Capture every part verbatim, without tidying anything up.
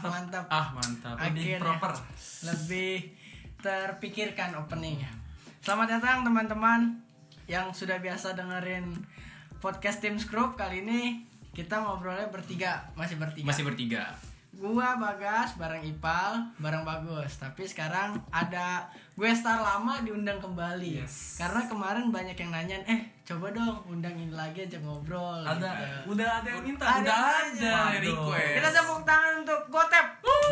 mantap. mantap. Ah, mantap. Lebih proper. Lebih terpikirkan openingnya. Selamat datang teman-teman yang sudah biasa dengerin podcast Team Group. Kali ini kita ngobrolnya bertiga, masih bertiga. Masih bertiga. Gua Bagas bareng Ipal, bareng Bagus. Tapi sekarang ada gue star lama diundang kembali. Yes. Karena kemarin banyak yang nanyain, eh coba dong undangin lagi aja ngobrol. Ada, gitu. udah ada yang minta. Ada Udah aja. ada request. Kita tepuk tangan untuk Gotep.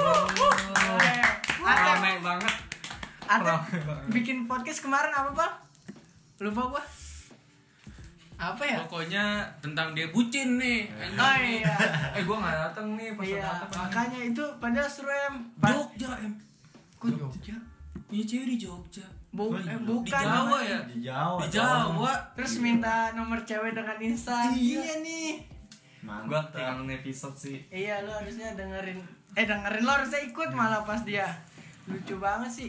Atep, Rame banget. Atep Rame banget. bikin podcast kemarin apa Pak? Lupa gua. Apa ya? Pokoknya tentang dia bucin nih. Oh iya. Eh gua nggak datang nih pas Iya, datang. makanya itu padahal seru em. Pas- Jogja, em. Kok Jogja? Punya cewek di Jogja. Bu- Oh, eh, iya. Di bukan. Jawa ya? Di Jawa. Di Jawa. Terus minta nomor cewek dengan instan. Iya. Iya nih. Mantap. Gua tinggal episode sih. Iya, lo harusnya dengerin. Eh dengerin, lo harusnya ikut malah pas dia. Lucu banget sih.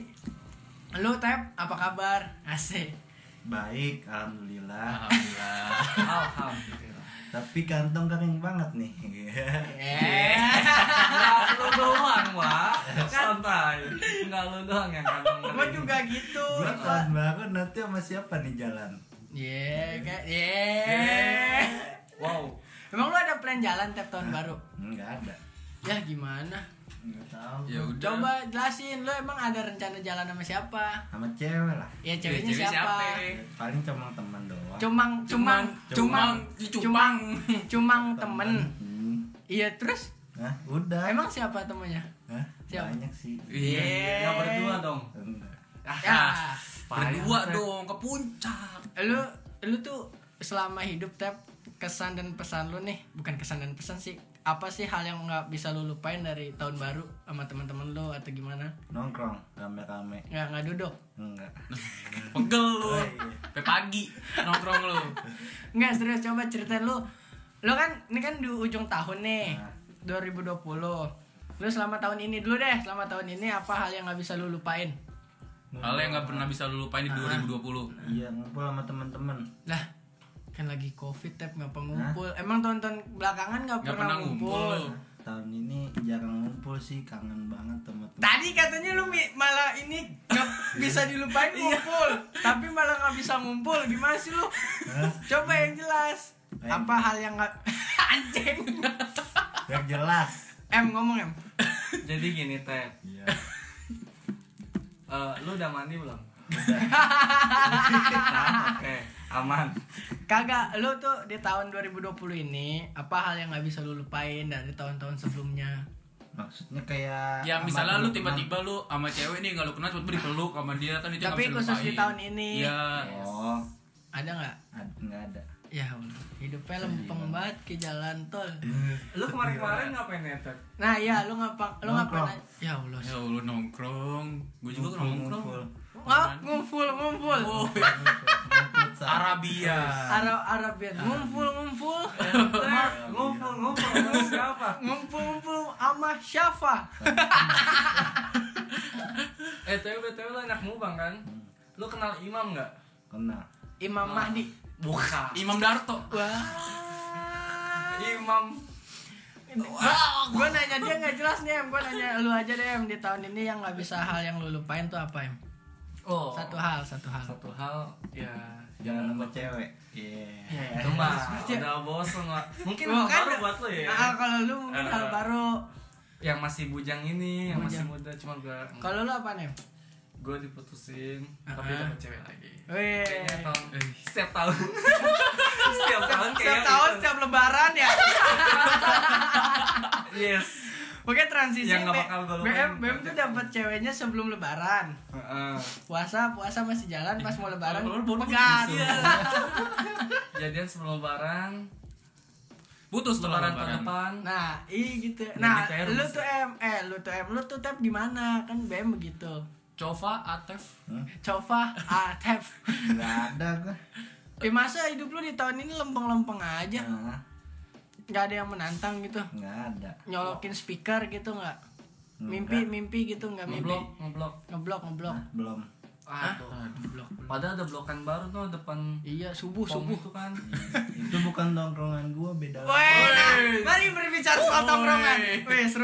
Lo Tep, apa kabar? Asik. Baik, alhamdulillah. Alhamdulillah. Alhamdulillah. Tapi kantong kering banget nih. Eh. Enggak lu doang, Wak. Santai. Enggak lu doang yang kantong. Gua juga gitu. Gua tahun baru nanti sama siapa nih jalan? Ye, kayak ye. Wow. Emang lo ada plan jalan Tep tahun baru? Enggak ada. Ya gimana? Enggak tahu. Ya udah. Coba jelasin, lo emang ada rencana jalan sama siapa? Sama cewek lah. Ya Ya, ceweknya cewek siapa? Paling cuma teman doang. Cumang, cumang, cumang, Cumang, cumang, cumang temen. Hmm. Iya terus? Nah, udah. Emang siapa temennya? Hah? Siapa? Banyak sih. Iya. Enggak berdua dong. Enggak. Ya, Berdua dong ke puncak. lu, lu tuh selama hidup Tep, kesan dan pesan lu nih, bukan kesan dan pesan sih. Apa sih hal yang nggak bisa lu lupain dari tahun baru sama teman-teman lu atau gimana? Nongkrong rame-rame. Nggak nggak duduk? Enggak. Pegel lu. Oh, iya. Sampai pagi nongkrong lu. Nggak serius, coba ceritain lu. Lu kan ini kan di ujung tahun nih, Nah. dua ribu dua puluh. Lu selama tahun ini dulu deh, selama tahun ini apa hal yang nggak bisa lu lupain? Hal yang nggak pernah bisa lu lupain di dua ribu dua puluh. Iya, ngumpul sama teman-teman. Lah, kan lagi covid Tep, ngapa ngumpul? Emang tahun-tahun belakangan nggak Nggak pernah, pernah ngumpul? ngumpul. Tahun ini jarang ngumpul sih, kangen banget sama teman. Tadi katanya lu mi- malah ini nggak bisa dilupain ngumpul, tapi malah nggak bisa ngumpul. Gimana sih lu? Hah? Coba yang jelas. Yang- Apa hal yang nggak anjing? Yang jelas. Em ngomong em. Jadi gini, Teh. Iya. Eh, lu udah mandi belum? Udah. Nah, oke, aman. Kagak, lu tuh di tahun dua ribu dua puluh ini apa hal yang nggak bisa lu lupain dari tahun-tahun sebelumnya? Maksudnya kayak Ya sama misalnya lu teman-teman. tiba-tiba lu sama cewek nih nggak lu kenal tiba-tiba dipeluk sama dia kan itu nggak Tapi bisa khusus di lupain. tahun ini. Iya. Oh, Ada nggak? ad- nggak ada. Ya Allah, hidupnya lempeng banget ke jalan tol. Lu kemarin-kemarin ngapain ya, Teh? Nah ya, lu ngapa? Lu ngapain? Nongkrong. aja? Ya Allah. Ya lu nongkrong. Gue juga Ngumpul, nongkrong. ngumpul. Oh, ngumpul, ngumpul. Oh, Futsal. Arabia. Arab Arabian ngumpul ngumpul Teh, ngumpul, ngumpul sama siapa? ngumpul ngumpul sama Syafa. Eh, Teh, B T W lu anak mubang kan? Lu kenal Imam nggak? Kenal. Imam Mahdi. Bukan. Imam Darto. Wah. Imam. Gua, gua nanya dia nggak jelas nih em. Gua nanya lu aja deh em, di tahun ini yang nggak bisa hal yang lu lupain tuh apa em? Oh. Satu hal, satu hal. Satu hal ya Jangan sama cewek. Iya. Ya, itu mah udah bosen Wak. Mungkin Wah, hal kan baru udah- buat lu ya. Nah, kalau lu mungkin Eh. hal baru. Yang masih bujang ini, yang masih Bujang. muda cuma gua Kalau lu apa nih? gua diputusin Ah. tapi dapet cewek lagi. Wih. Kayaknya tahun setiap tahun. setiap tahun Setiap kayaknya tahun, gitu. setiap lebaran ya. Yes. Oke, transisi Yang nggak B- bakal gua B M lupain. B M tuh dapat ceweknya sebelum lebaran. Heeh. Puasa, puasa masih jalan, pas mau lebaran Kalau baru pegang. putus. Jadian sebelum lebaran, Putus setelah lebaran tahun lebaran. depan. Nah, iya gitu. Jadi Nah, kayak lu rumus tuh M, eh lu tuh M, lu tuh Tep gimana? Kan B M begitu. Cova, Atef. Hmm? Coba, ah, Tep. Nggak ada gua. Eh masa hidup lu di tahun ini lempeng-lempeng aja? Nah, Gak ada yang menantang gitu? nggak ada. Nyolokin speaker gitu nggak? Enggak. Mimpi, mimpi gitu nggak mimpi? Ngeblok, ngeblok. Ngeblok, ngeblok. Nah, belum. Aduh. Ngeblok. Padahal ada blokan baru tuh depan Iya, subuh, pom subuh. itu kan. Itu bukan tongkrongan gua, beda. Woi, nah, mari berbicara soal Woi. tongkrongan. Wih, seru nih.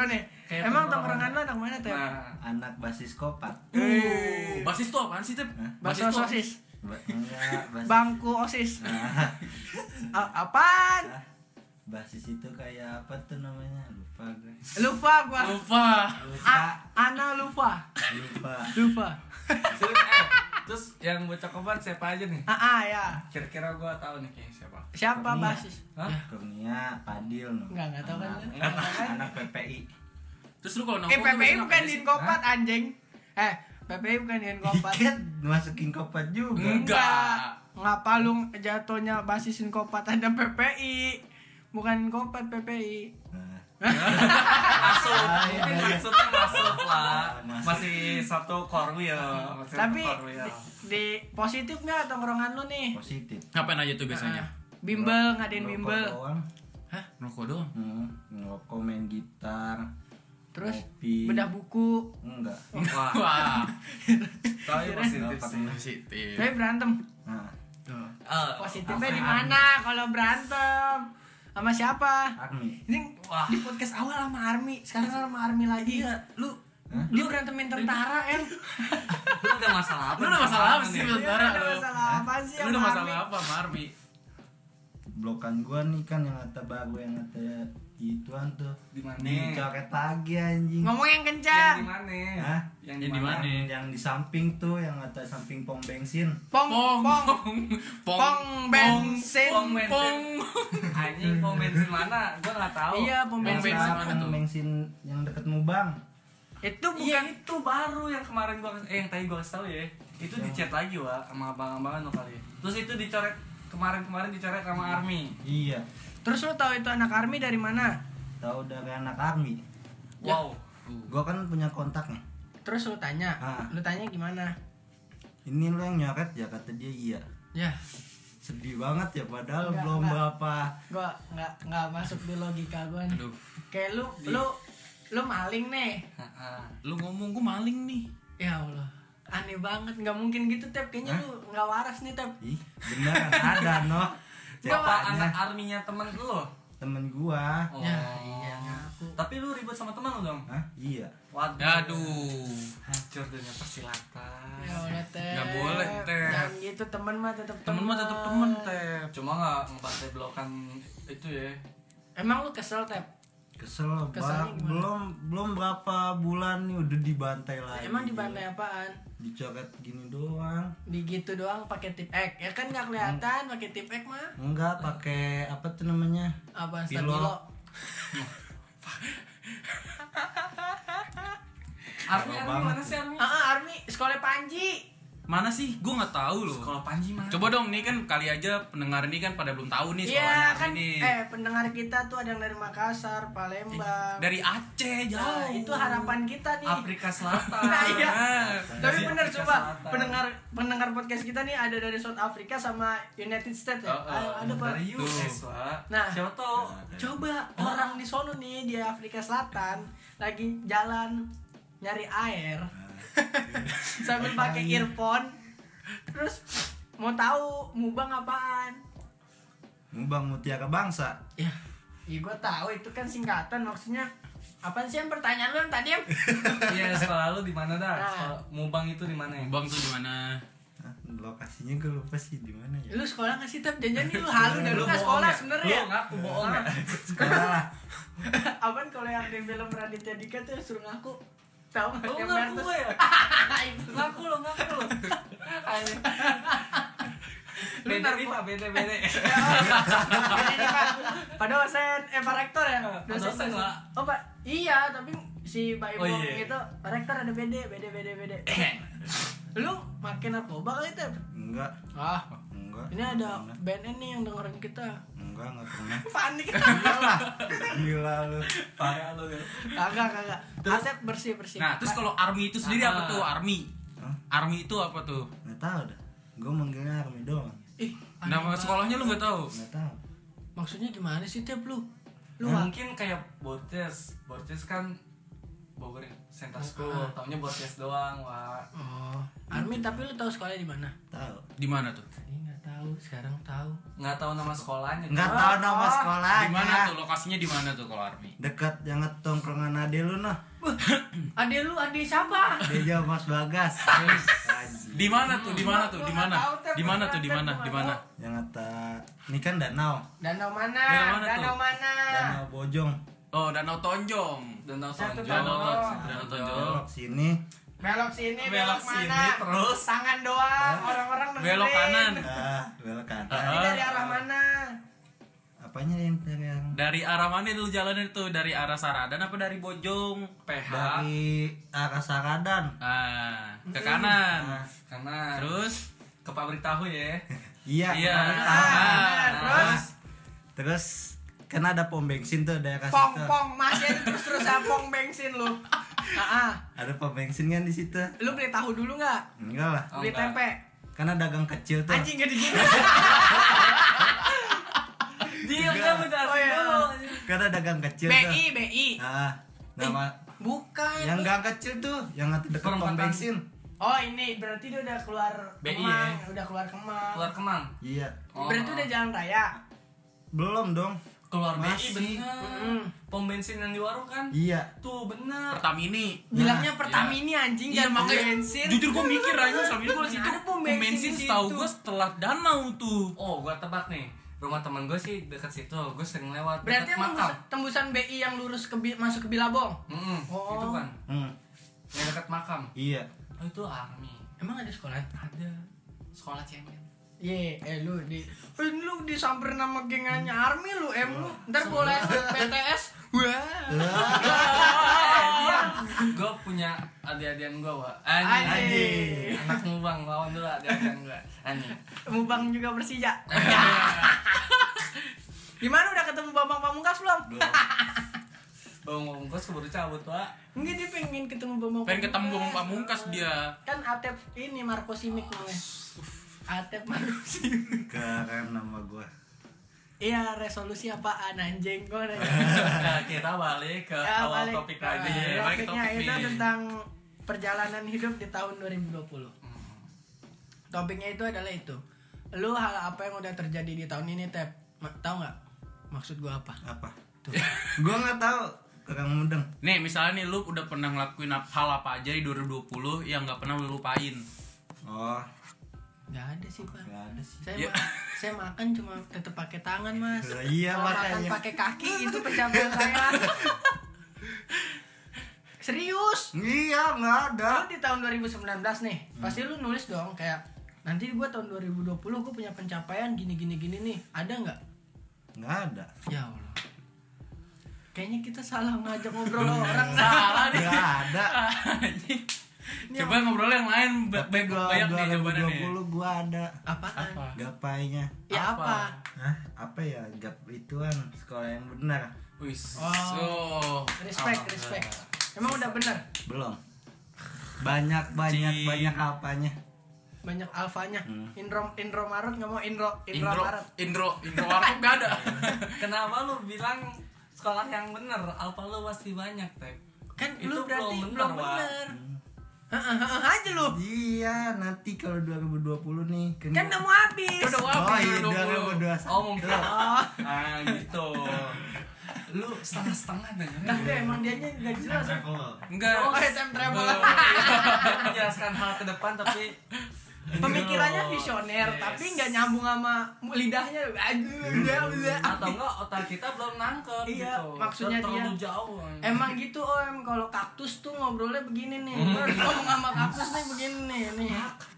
kayak Emang tongkrongan. tongkrongan lu anak mana, Tep? Nah, Anak basis kopat. Uh, basis tuh apaan sih, Tep? Hah? Bakso tuh- sosis. Ba- enggak, basis. Bangku OSIS. Nah, A- apaan? ah, basis itu kayak apa tuh namanya? Lupa gue. Lupa gua. Lupa. Lupa. A- Ana lupa. Lupa. Lupa. terus, eh, terus yang bocah kopan siapa aja nih? Ah, ah ya. Kira-kira gua tahu nih kayak siapa. Siapa Kurnia. basis? Hah? Kurnia, Padil no. Enggak, enggak tahu kan. Anak- Enggak tahu kan. Anak P P I. Terus lu kalau Eh, nongkrong P P I biasanya bukan ngapain di sih? kopat anjing. Eh, P P I bukan di kopat. Ikat masukin kopat juga. Enggak. Ngapa lu jatuhnya basisin kopat ada P P I? Bukan kopat P P I. Nah, Masuk, Ah, iya, mungkin iya. maksudnya masuk lah. Masuk. Masih satu core wheel. Masih Tapi satu core wheel. di, di positif nggak tongkrongan lu nih? positif. Ngapain aja tuh biasanya? Ah, bimbel, ngadain Ngerokok bimbel. doang. Ngerokok doang. Hmm, ngerokok, main gitar. Terus ngopi. bedah buku. Enggak. Wah, Wah, tapi positif Nggak sih. positif. Tapi berantem. Nah, Eh, Positifnya apa? di mana kalau berantem? Sama siapa? Army. Ini Wah. di podcast awal sama Army, sekarang sama Army lagi. Iya, lu Hah? Dia berantemin tentara, em. Lu ada masalah apa? Lu ada masalah apa sih, nih? Bel? Tentara, Iya, ada lu. masalah apa sih lu udah sama masalah Army? apa sama Army? Blokan gua nih kan yang kata baru yang kata ituan tuh. Di mana? Dicoret lagi anjing. Ngomong yang Yang kencang. di mana? Hah? Yang Yang di di mana? mana? Yang di samping tuh yang kata samping pom bensin. Pong, Pong, pong, pong, pong bensin. Pong bensin. pong. Anjing pom bensin mana? Gua enggak tahu. Iya, pom Pom bensin. bensin. Yang mana pom tuh? bensin yang deket Mubang. Itu Iya bukan itu baru yang kemarin gua eh yang tadi gua kasih tahu ya. Itu Ya. di chat lagi wa sama abang-abangan lo kali. Terus itu dicoret kemarin-kemarin dicoret sama Army. Iya. Terus lu tahu itu anak Army dari mana? Tahu dari anak Army. Ya. Wow. Gua kan punya kontaknya. Terus lu tanya, Ah. lu tanya gimana? Ini lo yang nyoret ya kata dia iya. Ya, Sedih banget ya padahal Enggak, belum enggak. berapa. gua nggak nggak masuk di logika gua nih. Aduh, Kayak lu, lu, lu maling nih. Heeh. lu ngomong gua maling nih. Ya Allah, aneh banget, nggak mungkin gitu Tep. Kayaknya Hah? lu nggak waras nih Tep. Ih, beneran ada no. Siapa Ceritanya anak arminya temen lu? temen gua. Oh. Ya, iya ngaku. Tapi lu ribut sama teman lu dong? Hah? Iya. Waduh. Aduh. Hancur dunia persilatan. Ya udah Tep. Nggak boleh, Tep. Jangan gitu, teman mah tetap Temen mah tetap temen, Tep. Cuma nggak ngebantai blokan itu ya. Emang lu kesel Tep? Kesel Keselnya banget. gimana? Belum belum berapa bulan nih udah dibantai lagi. Emang dibantai apaan? Dicoret gini doang. Di gitu doang pakai tip X. Ya kan nggak kelihatan pakai tip X mah. Enggak pakai apa tuh namanya? Apa Pilot. stabilo? Army, Parah Army banget mana sih Army? Ah, ah, Army sekolah Panji. Mana sih? Gua nggak tahu loh. Sekolah Panji mana? Coba dong nih kan kali aja pendengar ini kan pada belum tahu nih Iya sekolahnya kan, Army nih. eh pendengar kita tuh ada yang dari Makassar, Palembang. Dari Aceh Nah, jauh. itu harapan kita nih. Afrika Selatan. Nah, iya. Nah, Tapi Dari bener Afrika coba Selatan. pendengar pendengar podcast kita nih ada dari South Africa sama United States ya. Oh, oh, Ayo, ada Pak. dari U S, Pak. Nah. Siapa tahu? Coba orang di sono nih di Afrika Selatan lagi jalan nyari air sambil pakai earphone, terus mau tahu mubang apaan? Mubang Mutiara Bangsa. Ya, ya gue tahu itu kan singkatan, maksudnya apaan sih yang pertanyaan lu yang tadi em? Iya, sekolah lu di mana dah? Nah. Sekolah Mubang itu di mana ya? Bang tuh di mana? Hah, lokasinya gue lupa sih di mana ya. Lu sekolah nggak sih Tep? Jangan nih lu halu dah, lu nggak bohong sekolah ya? sebenarnya. Lu ngaku bohong ya? Sekolah. Apaan kalau yang di film Raditya Dika tuh suruh ngaku? Tahu nggak? Lu Yang ngaku Bertus. gua ya? Itu. Ngaku lo, ngaku lo. Lu Beda ntar- nih Pak, beda beda. Ini nih Pak, Pak dosen, eh Pak rektor ya? Pak dosen, Pak. Oh Pak, iya tapi si Pak Ibu Oh, iya. gitu, Pak rektor ada B D, B D, B D, B D. Lu makin narkoba kali Tep? Enggak. Ah, Enggak. ini ada B N N nih yang dengerin kita. Enggak, enggak pernah. Panik. Iyalah. Gila lu. Parah lo ya. Kagak, kagak. Asep bersih, bersih. Nah, terus kalau Army itu sendiri apa Ah. tuh? Army. Hah? Army itu apa tuh? Enggak tahu dah. Gue manggilnya Army doang. Ih, aneh Nama banget. sekolahnya lu nggak tahu? Enggak tahu. Maksudnya gimana sih Tep lu? Lu Lu mungkin kayak Borces. Borces kan Bogor ya, Center School, taunya podcast doang, Wak. Oh, Armin, tapi lu tahu sekolahnya di mana? Tahu. Di mana tuh? Tadi nggak tahu, sekarang tahu. Nggak tahu nama sekolahnya. Nggak tuh. tahu nama sekolahnya. Di mana tuh? Lokasinya di mana tuh kalau Army? Dekat yang tongkrongan ade lu noh. Ade lu, ade siapa? Dia jauh Mas Bagas. Di mana tuh? Di mana tuh? Di mana? Gua nggak tahu, Tep. Di mana tuh? Di Tep, mana? gua Di nggak mana? Yang kata ini kan danau. Danau mana? Danau mana tuh? Danau mana? Danau Bojong. Oh, Danau Tonjong. Danau Satu Tonjong. Danau Tonjong. Tonjong. Danau Tonjong. Belok sini. Belok sini, belok, Belok mana? sini, terus? Tangan doang, orang-orang dengerin. Belok kanan. Ah, belok kanan. Ini Ah. dari arah mana? Apanya yang dari yang Dari arah mana dulu jalan itu? Dari arah Saradan apa dari Bojong? P H. dari arah Saradan. Ah, ke kanan. Nah, Karena Terus ke pabrik tahu ya. iya. iya. pabrik Ah, tahu. terus? Terus Terus kan ada pom bensin tuh daerah Pong situ. pong masih aja terus terus pong bensin lu. Ah, ah. Ada pom bensin kan di situ. Lu beli tahu dulu nggak? Enggak lah. Oh, Beli enggak. tempe. Karena dagang kecil tuh. Anjing gak digini. Dia Enggak. kan udah Oh, iya. dulu. Karena dagang kecil B tuh. I B I. Ah, nama Bukan. yang gang kecil tuh, yang ada dekat pom Perempatan. bensin. Oh ini berarti dia udah keluar B I Kemang, ya? udah keluar Kemang. Keluar Kemang. Iya. Oh. Berarti udah jalan raya. Belum dong. Keluar B I Masih. bener. Mm. Pom bensin yang di warung kan? Iya. Tuh bener. Pertamini. Bilangnya Nah, Pertamini anjing Iya kan makanya bensin. jujur gue mikir aja selama ini gue situ Ada pom pom bensin bensin di setahu situ. gue setelah danau tuh. Oh, gua tebak nih. Rumah temen gue sih deket situ. Gue sering lewat. Berarti Deket yang makam. tembus- tembusan B I yang lurus ke Bi- masuk ke Bilabong. Mm-mm, Oh. itu kan. Hmm. Yang dekat makam. Iya. Oh, itu Army. Emang ada sekolah? Ada sekolah cemen. Ye, eh lu di eh, lu disamperin sama gengannya Army lu, em lu. Ntar boleh P T S. Wah. Gue punya adik-adian gue, Wak. Anjing. Anjing. Anak mubang lawan dulu adik-adian gue. Anjing. Mubang juga Persija. Gimana udah ketemu Bambang Pamungkas belum? Bang Pamungkas keburu cabut, Pak. Enggak, dia pengen ketemu Bambang Pengen ketemu Bambang Pamungkas dia. Kan Atep ini Marco Simic namanya. Atep Marco Simic. Keren nama gua. Iya, resolusi apaan anjing gua nanya. Nah, kita balik ke Ya, awal balik. topik Nah, lagi. Iya, balik ke topiknya topik itu nih. tentang perjalanan hidup di tahun dua ribu dua puluh. Topiknya itu adalah itu. Lu hal apa yang udah terjadi di tahun ini, Tep? Ma- tahu nggak? Maksud gua apa? Apa? Tuh. Gua nggak tahu. Kakang Mudeng. Nih misalnya nih lu udah pernah ngelakuin ap- hal apa aja di dua ribu dua puluh yang nggak pernah lu lupain. Oh, Nggak ada sih, Pak. nggak ada sih. Saya Ya. ma- saya makan cuma tetap pakai tangan, Mas. Lah, iya, Kalau makan makanya. pakai kaki itu pencapaian saya. Serius? Iya, nggak ada. Lu di tahun dua ribu sembilan belas nih, pasti lu nulis dong kayak nanti gua tahun dua ribu dua puluh gua punya pencapaian gini gini gini nih. Ada nggak? Nggak ada. Ya Allah. Kayaknya kita salah ngajak ngobrol orang. Salah nih. Nggak ada. Anjing. Coba ngobrol yang lain Tapi baik gua banyak nih dua ribu jawabannya dua nih. puluh gua ada. Apaan? Apa? Gapainya. Ya apa? Hah? Apa ya? Gap ituan sekolah yang benar. Wis. Oh. Oh. Respect, respect. Emang udah bener? Belum. Banyak banyak Cing. banyak apanya. Banyak alfanya. Hmm. Indro Indro Marut nggak mau Indro Indro, Indro, Marut. Indro, Indro warkop gak ada. Kenapa lu bilang sekolah yang bener? Apa lu pasti banyak, Tep? Kan Itu lu berarti belum belum bener, Wak. bener. Heeh, heeh aja lu. Iya, nanti kalau dua ribu dua puluh nih Kan udah mau habis. Udah Oh habis iya, dua ribu dua dua ribu puluh. dua puluh satu. Oh, mungkin. Oh, Ah, gitu. Lu setengah-setengah dengerin. kan dia emang dianya nggak jelas. Enggak. Oh, time travel. Dia menjelaskan hal ke depan tapi Pemikirannya visioner, Yes. tapi nggak nyambung sama lidahnya. Aduh, udah, udah. atau enggak otak kita belum nangkep Iya, gitu. maksudnya terlalu dia- jauh. Emang gitu om, kalau kaktus tuh ngobrolnya begini nih. Gua harus ngomong sama kaktus nih begini nih, nih.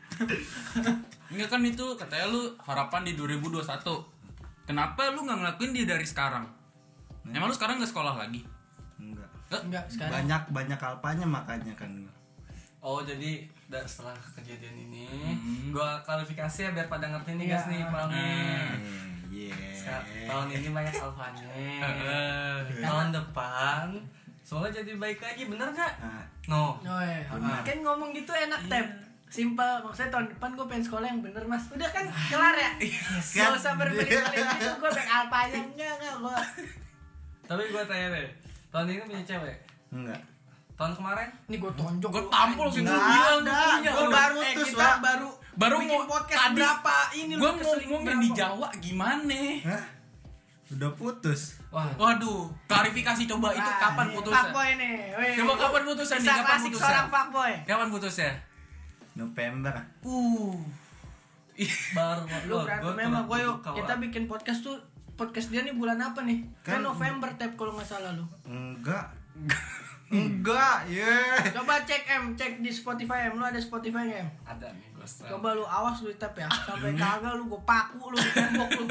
Enggak kan itu katanya lu harapan di dua ribu dua puluh satu. Kenapa lu nggak ngelakuin dia dari sekarang? Emang lu sekarang nggak sekolah lagi? Enggak. Eh, Enggak sekarang. Banyak banyak alpanya makanya kan. Oh, jadi da- setelah kejadian ini Hmm. gua klarifikasi ya biar pada ngerti nih guys Iya. nih palingnya. Iya. Sekarang- tahun ini banyak alfanya. Eh, Tahun depan soalnya jadi baik lagi, bener nggak? Nah, No. Oh, iya. Benar. Kan ngomong gitu enak, Tep. Simpel, maksudnya tahun depan gue pengen sekolah yang bener mas. Udah kan kelar ya. Gak usah berbelit-belit gitu. Gue pengen apa aja enggak enggak gue. Tapi gua tanya deh, tahun ini punya cewek? enggak. Tahun kemarin? Nih gue tonjok. Gue lu, tampol anjing. gitu Nggak bilang ada. punya. Gue Lu baru eh putus, kita Wak. baru Baru bikin mau- podcast tadi- berapa ini Gue lu keselin ngomongin di berapa? Jawa gimana? Hah? Udah putus. Wah, Waduh, klarifikasi coba itu Ah, kapan nih, putusnya? Fuckboy nih. Weh. Coba kapan putusnya nih? Kisah Kapan klasik putusnya? seorang fuckboy. Kapan putusnya? November. Uh. baru Lu berantem memang gue yuk. Kita bikin podcast tuh podcast dia nih bulan apa nih? Kan, Kan- November tap kalau nggak salah lu. Enggak. Enggak, ye. Coba cek M, cek di Spotify M. Lu ada Spotify nggak M? ada nih gue setel. Coba lu awas lu tap ya. Sampai kagak lu gue paku lu di tembok lu.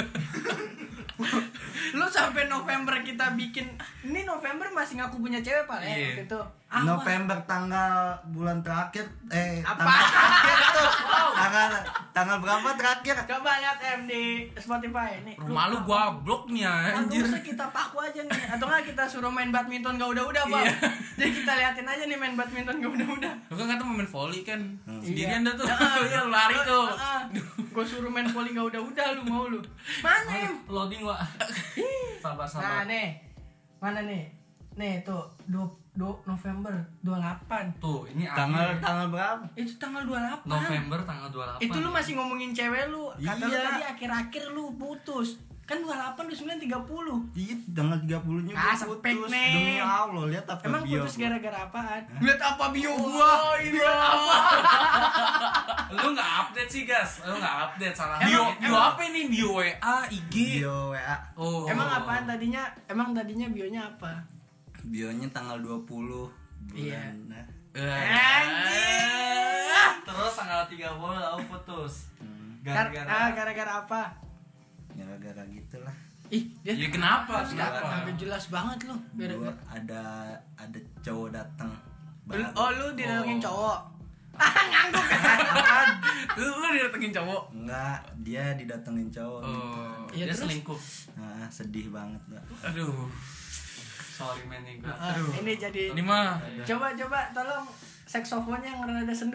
Lu sampai November kita bikin. Ini November masih ngaku punya cewek Pak ya Iya. waktu itu. Awas. November tanggal bulan terakhir eh Apa? tanggal terakhir tuh. Tanggal tanggal berapa terakhir? Coba lihat M di Spotify nih. Rumah lu gua blok nih ya, Anjir. anjir. Kita paku aja nih. Atau nggak kita suruh main badminton gak udah-udah Bang. Iya. Jadi kita liatin aja nih main badminton gak udah-udah. Lu kan kata mau main volley kan. Hmm. Sendirian dah tuh. Iya. Iya, lu lari tuh. Gue suruh main volley gak udah-udah lu mau lu. Mana Em? Loading, Wak. Sabar, Nah sabar. nih. Mana nih? Nih tuh dua November dua puluh delapan. Tuh, ini Tanggal akhir tanggal berapa? Itu tanggal dua puluh delapan. November tanggal dua puluh delapan. Itu lu masih ngomongin cewek lu. Kata lu Iya. tadi akhir-akhir lu putus. Kan dua puluh delapan, dua puluh sembilan, tiga puluh. Iya, tanggal tiga puluh-nya Ah, gua sepek putus. nih. Demi Allah, lihat apa Emang bio putus gua. gara-gara apaan? Lihat apa bio gua? Oh, ini apa? Lu nggak update sih, gas. Lu nggak update salah. Bio, Emang- bio apa nih? Bio W A, I G. Bio W A. Oh. Emang apaan tadinya? Emang tadinya bionya apa? Bionya tanggal dua puluh Iya. bulan. Nah. Eh. Anjir. Terus tanggal tiga puluh lalu putus. Hmm. Gar- ah, Gara-gara gara-gara apa? Gara-gara gitulah. Ih, dia Ya kenapa? Nggak- Kenapa? nggak jelas banget lu. Gua Gara-gara. ada ada cowok datang. Lu- Oh, lu didatengin Oh. cowok. Ah, ngangguk kan? Bukan. Lu lu didatengin cowok. Enggak, dia didatengin cowok. Oh. Iya, dia terus? selingkuh. Nah, sedih banget, Mbak. Aduh. Sorry man nih gua. Ah, ini jadi Ini mah coba coba tolong saksofonnya yang rada sendu.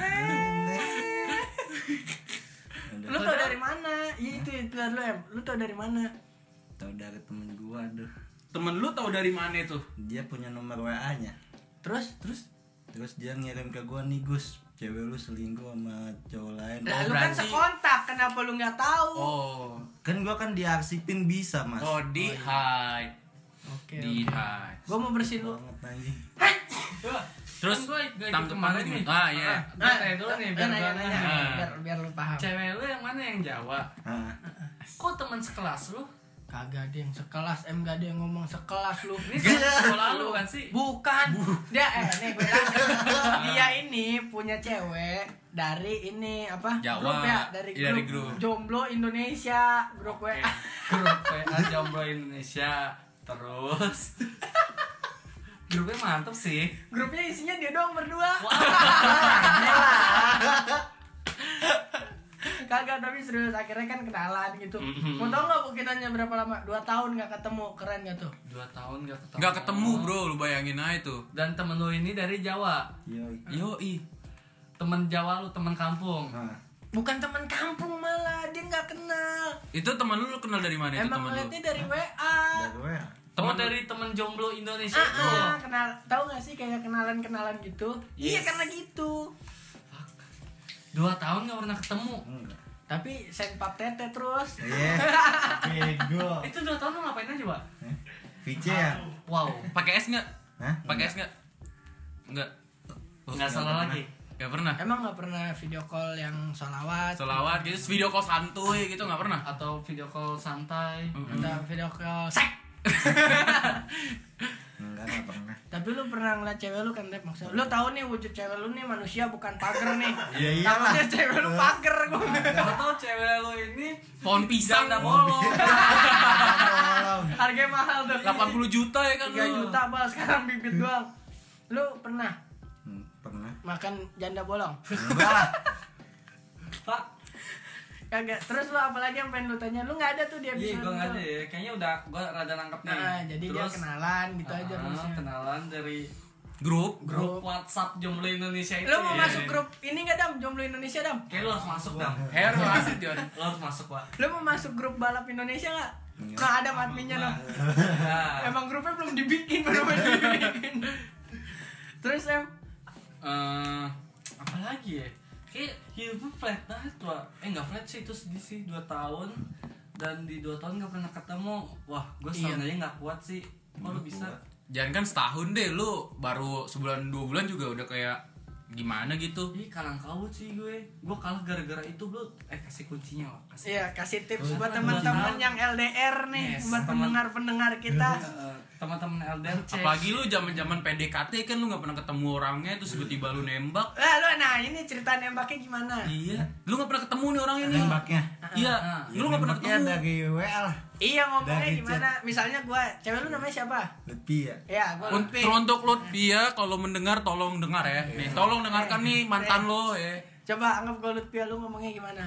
Lu tau dari mana? Iya itu itu lu em. Lu tau dari mana? Tahu dari temen gua, aduh. temen lu tahu dari mana itu? Dia punya nomor W A-nya. Terus terus Terus dia ngirim ke gua nih, Gus, cewek lu selingkuh sama cowok lain. lah, Oh, lu kan berarti- sekontak, kenapa lu nggak tahu? Oh. Kan gua kan diarsipin bisa, Mas. Oh, di hide. Oke. Di oke. hide. Gua mau bersihin lu. Banget anjing. Terus Kan gua gak ikut tanggapan kemarin lu nih. gimana? Ah, iya. Gua tanya dulu nih biar nanya, gua nanya, nanya. Ah. biar biar lu paham. Cewek lu yang mana yang Jawa? Ah, Kok teman sekelas lu? Kagak ada yang sekelas, em gak ada yang ngomong sekelas lu. Ini teman sekolah lu kan sih? Bukan. Dia eh nih gue jelasin. Dia ini punya cewek dari ini apa? Jawa. Grup ya, dari Iya, dari grup, grup. Jomblo Indonesia, grup W A. Grup W A Jomblo Indonesia. Terus grupnya mantep sih. Grupnya isinya dia doang berdua. Kagak, tapi serius akhirnya kan kenalan gitu. Mhm. Mau tau nggak bukinannya berapa lama? Dua tahun nggak ketemu, keren gak tuh? Dua tahun gak ketemu. Nggak ketemu, Bro. Lu bayangin aja tuh. Dan temen lu ini dari Jawa. yoi. Yoi. Temen Jawa lu, temen kampung. Ah, Bukan teman kampung malah, dia nggak kenal. Itu teman lu lu kenal dari mana itu Emang teman lu? ngeliatnya dari W A. dari W A. Temen Temen- dari temen jomblo Indonesia Ah, itu. ah, kenal, tahu nggak sih kayak kenalan-kenalan gitu? Iya Yes. karena gitu. Dua tahun gak pernah ketemu. Enggak. Tapi senpap tete terus. Iya. Bego. Itu dua tahun lu ngapain aja, Pak? Eh, V C ya? Wow. Pakai es nggak? Hah? Pakai es nggak? Nggak. Oh, Nggak salah pernah. lagi. nggak pernah. Emang nggak pernah video call yang sholawat? Selawat gitu, video call santuy gitu nggak pernah. Atau video call santai. Mm-mm. Atau video call sek? Enggak, enggak pernah. Tapi lu pernah ngeliat cewek lu kan, Dep? Maksudnya lu tahu nih wujud cewek lu nih manusia bukan pagar nih. Iya, iyalah. Takutnya cewek lu pagar gua. Atau cewek lu ini Pohon pisang janda bolong. Tolong. Harganya mahal tuh. delapan puluh juta ya kan tiga lu. juta bal sekarang bibit doang. Lu pernah Hmm, pernah. makan janda bolong? Enggak. Pak, Kagak. Terus lu apalagi yang pengen lu tanya? Lu nggak ada tuh di iya episode gue nggak itu. ada ya. Kayaknya udah gue rada nangkep nih. Nah, jadi dia Terus, kenalan gitu aja ah, terusnya. kenalan dari Grup. grup WhatsApp Jomblo Indonesia itu. Lu mau ya. masuk grup ini nggak Dam? Jomblo Indonesia Dam? Kayak lu harus masuk dong. Hero asik Jon. Lu harus masuk, Pak. Lu mau masuk grup balap Indonesia nggak? Nggak. Nah ada adminnya dong. Nah, Emang grupnya belum dibikin, belum dibikin. eh nggak flat sih, itu sedih sih, dua tahun dan di dua tahun nggak pernah ketemu. Wah, gue Iya. setahun aja nggak kuat sih. Kok lu bisa? Jangan kan setahun deh, lu baru sebulan dua bulan juga udah kayak gimana gitu. Ih, kalang kabut sih gue. Gue kalah gara-gara itu, bro. Eh, kasih kuncinya, Wak. Kasih. Iya, kasih tips Oh, buat dua teman-teman tahun. yang L D R nih, Yes, buat teman- pendengar-pendengar kita. Eh, teman-teman L D R cek. Apalagi lu zaman-zaman P D K T kan lu nggak pernah ketemu orangnya, terus tiba-tiba lu nembak. Eh, lu nah ini cerita nembaknya gimana? Iya. Lu nggak pernah ketemu nih orang ini. Nembaknya. Iya. Ah, Lu nggak pernah Nembaknya ketemu. dari W A lah. Iya, ngomongnya Dari gimana? Misalnya gua, cewek lu namanya siapa? Lebih ya. Ya, gua Un- Lutfi. Teruntuk Lutfi ya, kalau mendengar tolong dengar ya. Nih, tolong dengarkan nih mantan lo ya. Coba anggap gua Lutfi, lu ngomongnya gimana?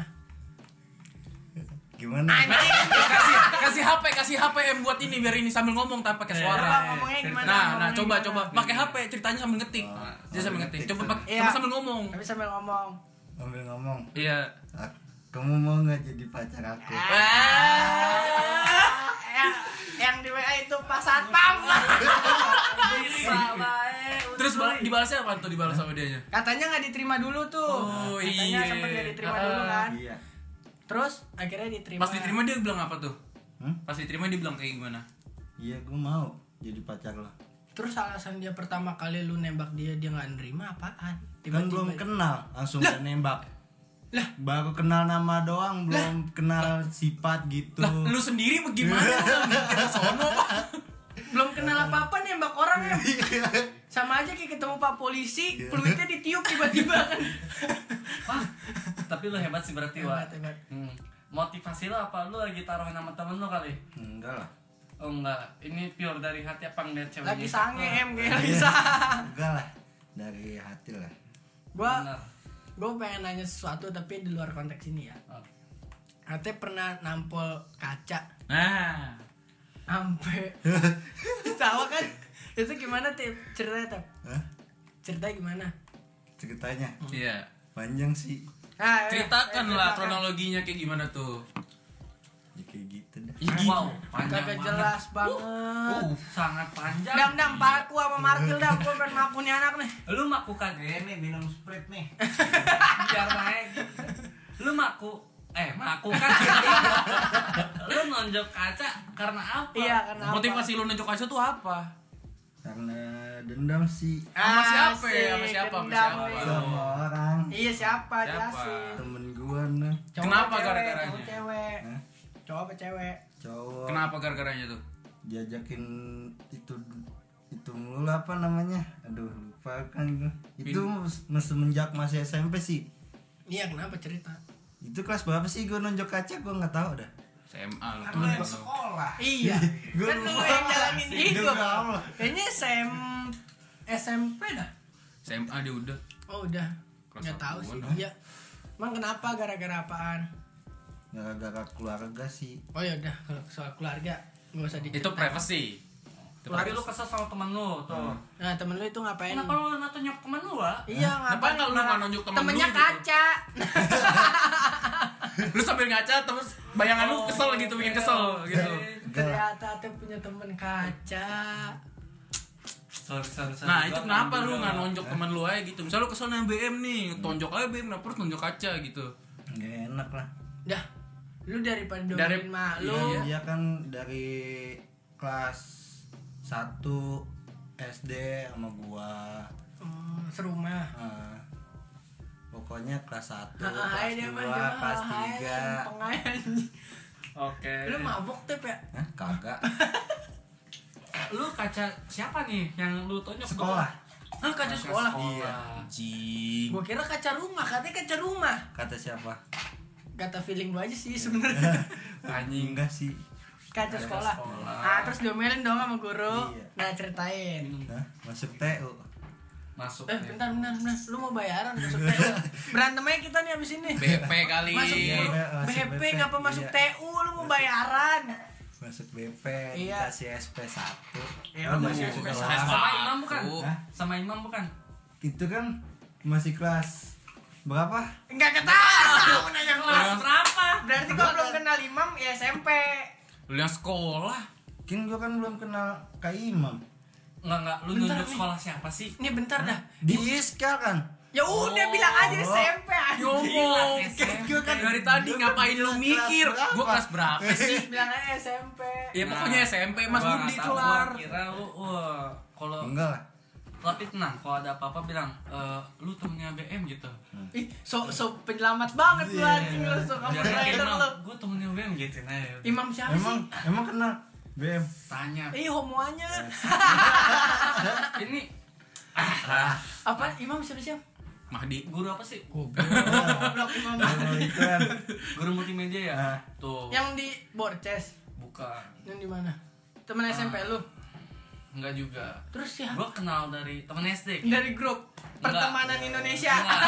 Gimana? Anjing. kasih kasih H P, kasih H P M buat ini biar ini sambil ngomong tanpa pakai suara. Coba ngomongnya gimana? Nah, nah ngomongnya coba gimana? coba pakai H P ceritanya sambil ngetik. Oh, Dia sambil ngetik. ngetik Coba sambil- pak- Iya. coba sambil ngomong. Tapi sambil ngomong. Ambil ngomong. Iya. "Ah, kamu mau nggak jadi pacar aku?" Ah, yang, yang di W A itu Pak Satpam. Bisa lah, eh. Terus ba- dibalasnya apa tuh dibalas sama dianya? Katanya nggak diterima dulu tuh. Oh, Katanya iya. sempat nggak diterima Ah. dulu kan. Iya. Terus akhirnya diterima. Pas diterima dia bilang apa tuh? Hmm? Pas diterima dia bilang kayak gimana? Iya, gue mau jadi pacar lo. Terus alasan dia pertama kali lu nembak dia dia nggak nerima apaan? Kan belum kenal, langsung udah nembak. Lah. Baru kenal nama doang, belum kenal sifat gitu. Lah, lu sendiri bagaimana? Lu mikir sono apa? belum kenal apa-apa nembak orang ya. Sama aja kayak ketemu Pak polisi, peluitnya ditiup tiba-tiba kan. Wah, tapi lu hebat sih berarti, Wak. Hebat, hebat. Hmm. Motivasi lo apa? Lu lagi taruhan sama temen lo kali? Enggak lah. Oh enggak, ini pure dari hati apa ngeliat ceweknya? Lagi sange em kayak lagi Iya. sange. Enggak lah. Dari hati lah. Gua Benar. gua pengen nanya sesuatu tapi di luar konteks ini ya. Oh. Ate pernah nampol kaca Nah, sampai tahu kan? Itu gimana tip ceritanya tep? Hah? Ceritanya gimana? Ceritanya iya. panjang sih. Nah, Ceritakan eh, lah ceritakan. kronologinya kayak gimana tuh. Ya kayak gitu dah. Ih, gini. Wow, panjang Kagak banget. jelas banget. Uh, sangat panjang. Dam dam paku sama Martil dam, gua pengen maku nih anak nih. Lu makukan Ini minum Sprite nih. biar naik. Lu maku eh makukan. Lu nonjok kaca karena apa? Iya karena apa? Motivasi lu nunjuk kaca tuh apa? Karena dendam sih Sama siapa Asik, ya? Sama siapa? Sama dendam siapa? nih. sama orang. Iya siapa? Siapa? Jelasin. Temen gua nih, Cowok Kenapa apa cewek? gara-garanya? Cowok cewek. Hah? Cowok apa cewek? cowok. Kenapa gara-garanya tuh? Diajakin itu itu mulu apa namanya? Aduh, lupa kan gua. Itu mes- semenjak masih S M P sih. Iya kenapa cerita? Itu kelas berapa sih gua nonjok kaca, gua nggak tahu dah. S M A lu. Temen Temen lu. sekolah. Iya. Gua Kan lu lupa. yang jalanin hidup. Demi Allah. Kayaknya S M S M P dah. S M A dia udah. Oh udah. Kelas Nggak tahu sih. satuan. Iya. Emang kenapa gara-gara apaan? Gara-gara keluarga sih. Oh ya udah kalau soal keluarga nggak usah diceritain. Itu privacy. Itu Tapi privacy. lu kesel sama temen lu tuh. Nah temen lu itu ngapain? Kenapa lu nonjok temen lu, Wak? Iya Kenapa ngapain? nggak lu nggak nunjuk temen Temennya lu gitu? kaca. Lu sambil ngaca terus bayangan lu kesel gitu, bikin kesel gitu. Ternyata tuh punya temen kaca. Sorry, sorry, sorry. Nah, Gua itu kenapa ngambil lu dulu. nggak nonjok temen lu aja gitu? Misal lu kesel sama B M nih, tonjok aja B M, kenapa harus nonjok kaca gitu? Nggak enak lah. Dah. Lu daripada Dari- doain mak iya, lu. iya. Dia kan dari kelas satu S D sama gua. Hmm, serumah. Ah, pokoknya kelas satu, Ah, ah, kelas dia mah dua, dia kelas mah, tiga. hai, pengayan. Oke. Lu mabok tep ya? Hah? Kagak. Lu kaca siapa nih yang lu tonjok? Sekolah. Ah kaca sekolah. Iya. Anjing. Gua kira kaca rumah, katanya kaca rumah. Kata siapa? Kata feeling lu aja sih sebenarnya. Anjing enggak sih. Kaca Kaca sekolah. sekolah. Ah terus diomelin dong sama guru. Iya. Nah ceritain. Hah? Masuk T U. Masuk. Eh ya. bentar bentar bentar. Lu mau bayaran masuk T U? Berantem aja kita nih abis ini. B P kali. Masuk Iya, guru. masuk B P B P, ngapa masuk iya. T U? Lu mau bayaran? Masuk B P, Iya. dikasih S P satu. Ya udah masih Masuk S P kelas. satu. Sama imam bukan? Hah? Sama imam bukan? Itu kan masih kelas berapa? Enggak ketahuan nanya kelas. Kelas berapa? Berarti kalau belum kenal imam ya S M P. Lu yang sekolah. Kan gua kan belum kenal Kak Imam. Enggak enggak, lu Bentar nunjuk nih. sekolah siapa sih? Ini bentar dah. Di Iskal kan? Ya udah bilang aja S M P anjing. Ngomong. S M P. Dari tadi ngapain lu mikir? Gua kelas berapa sih? Bilang aja S M P. Ya pokoknya S M P Mas Gua Budi nggak tahu, kelar. gua kira lu wah kalau Enggak lah. tapi tenang kalau ada apa-apa bilang e, lu temennya B M gitu. Ih, so so penyelamat banget lu anjing lu, so kamu Biar kayak rider Imam, lu. gua temennya B M gitu nah. ya. Imam siapa Emang sih? emang kenal B M. Tanya. Ih, homoanya. Ini Apa? Imam siapa sih? Mahdi. guru apa sih? Goblok Imam. Oh, itu kan. Guru multimedia ya? Ah. Tuh. Yang di Borces. Bukan. Yang di mana? Temen S M P lu. Enggak juga. Terus ya Gua kenal dari temen S D. dari grup Enggak. pertemanan Indonesia. Enggak,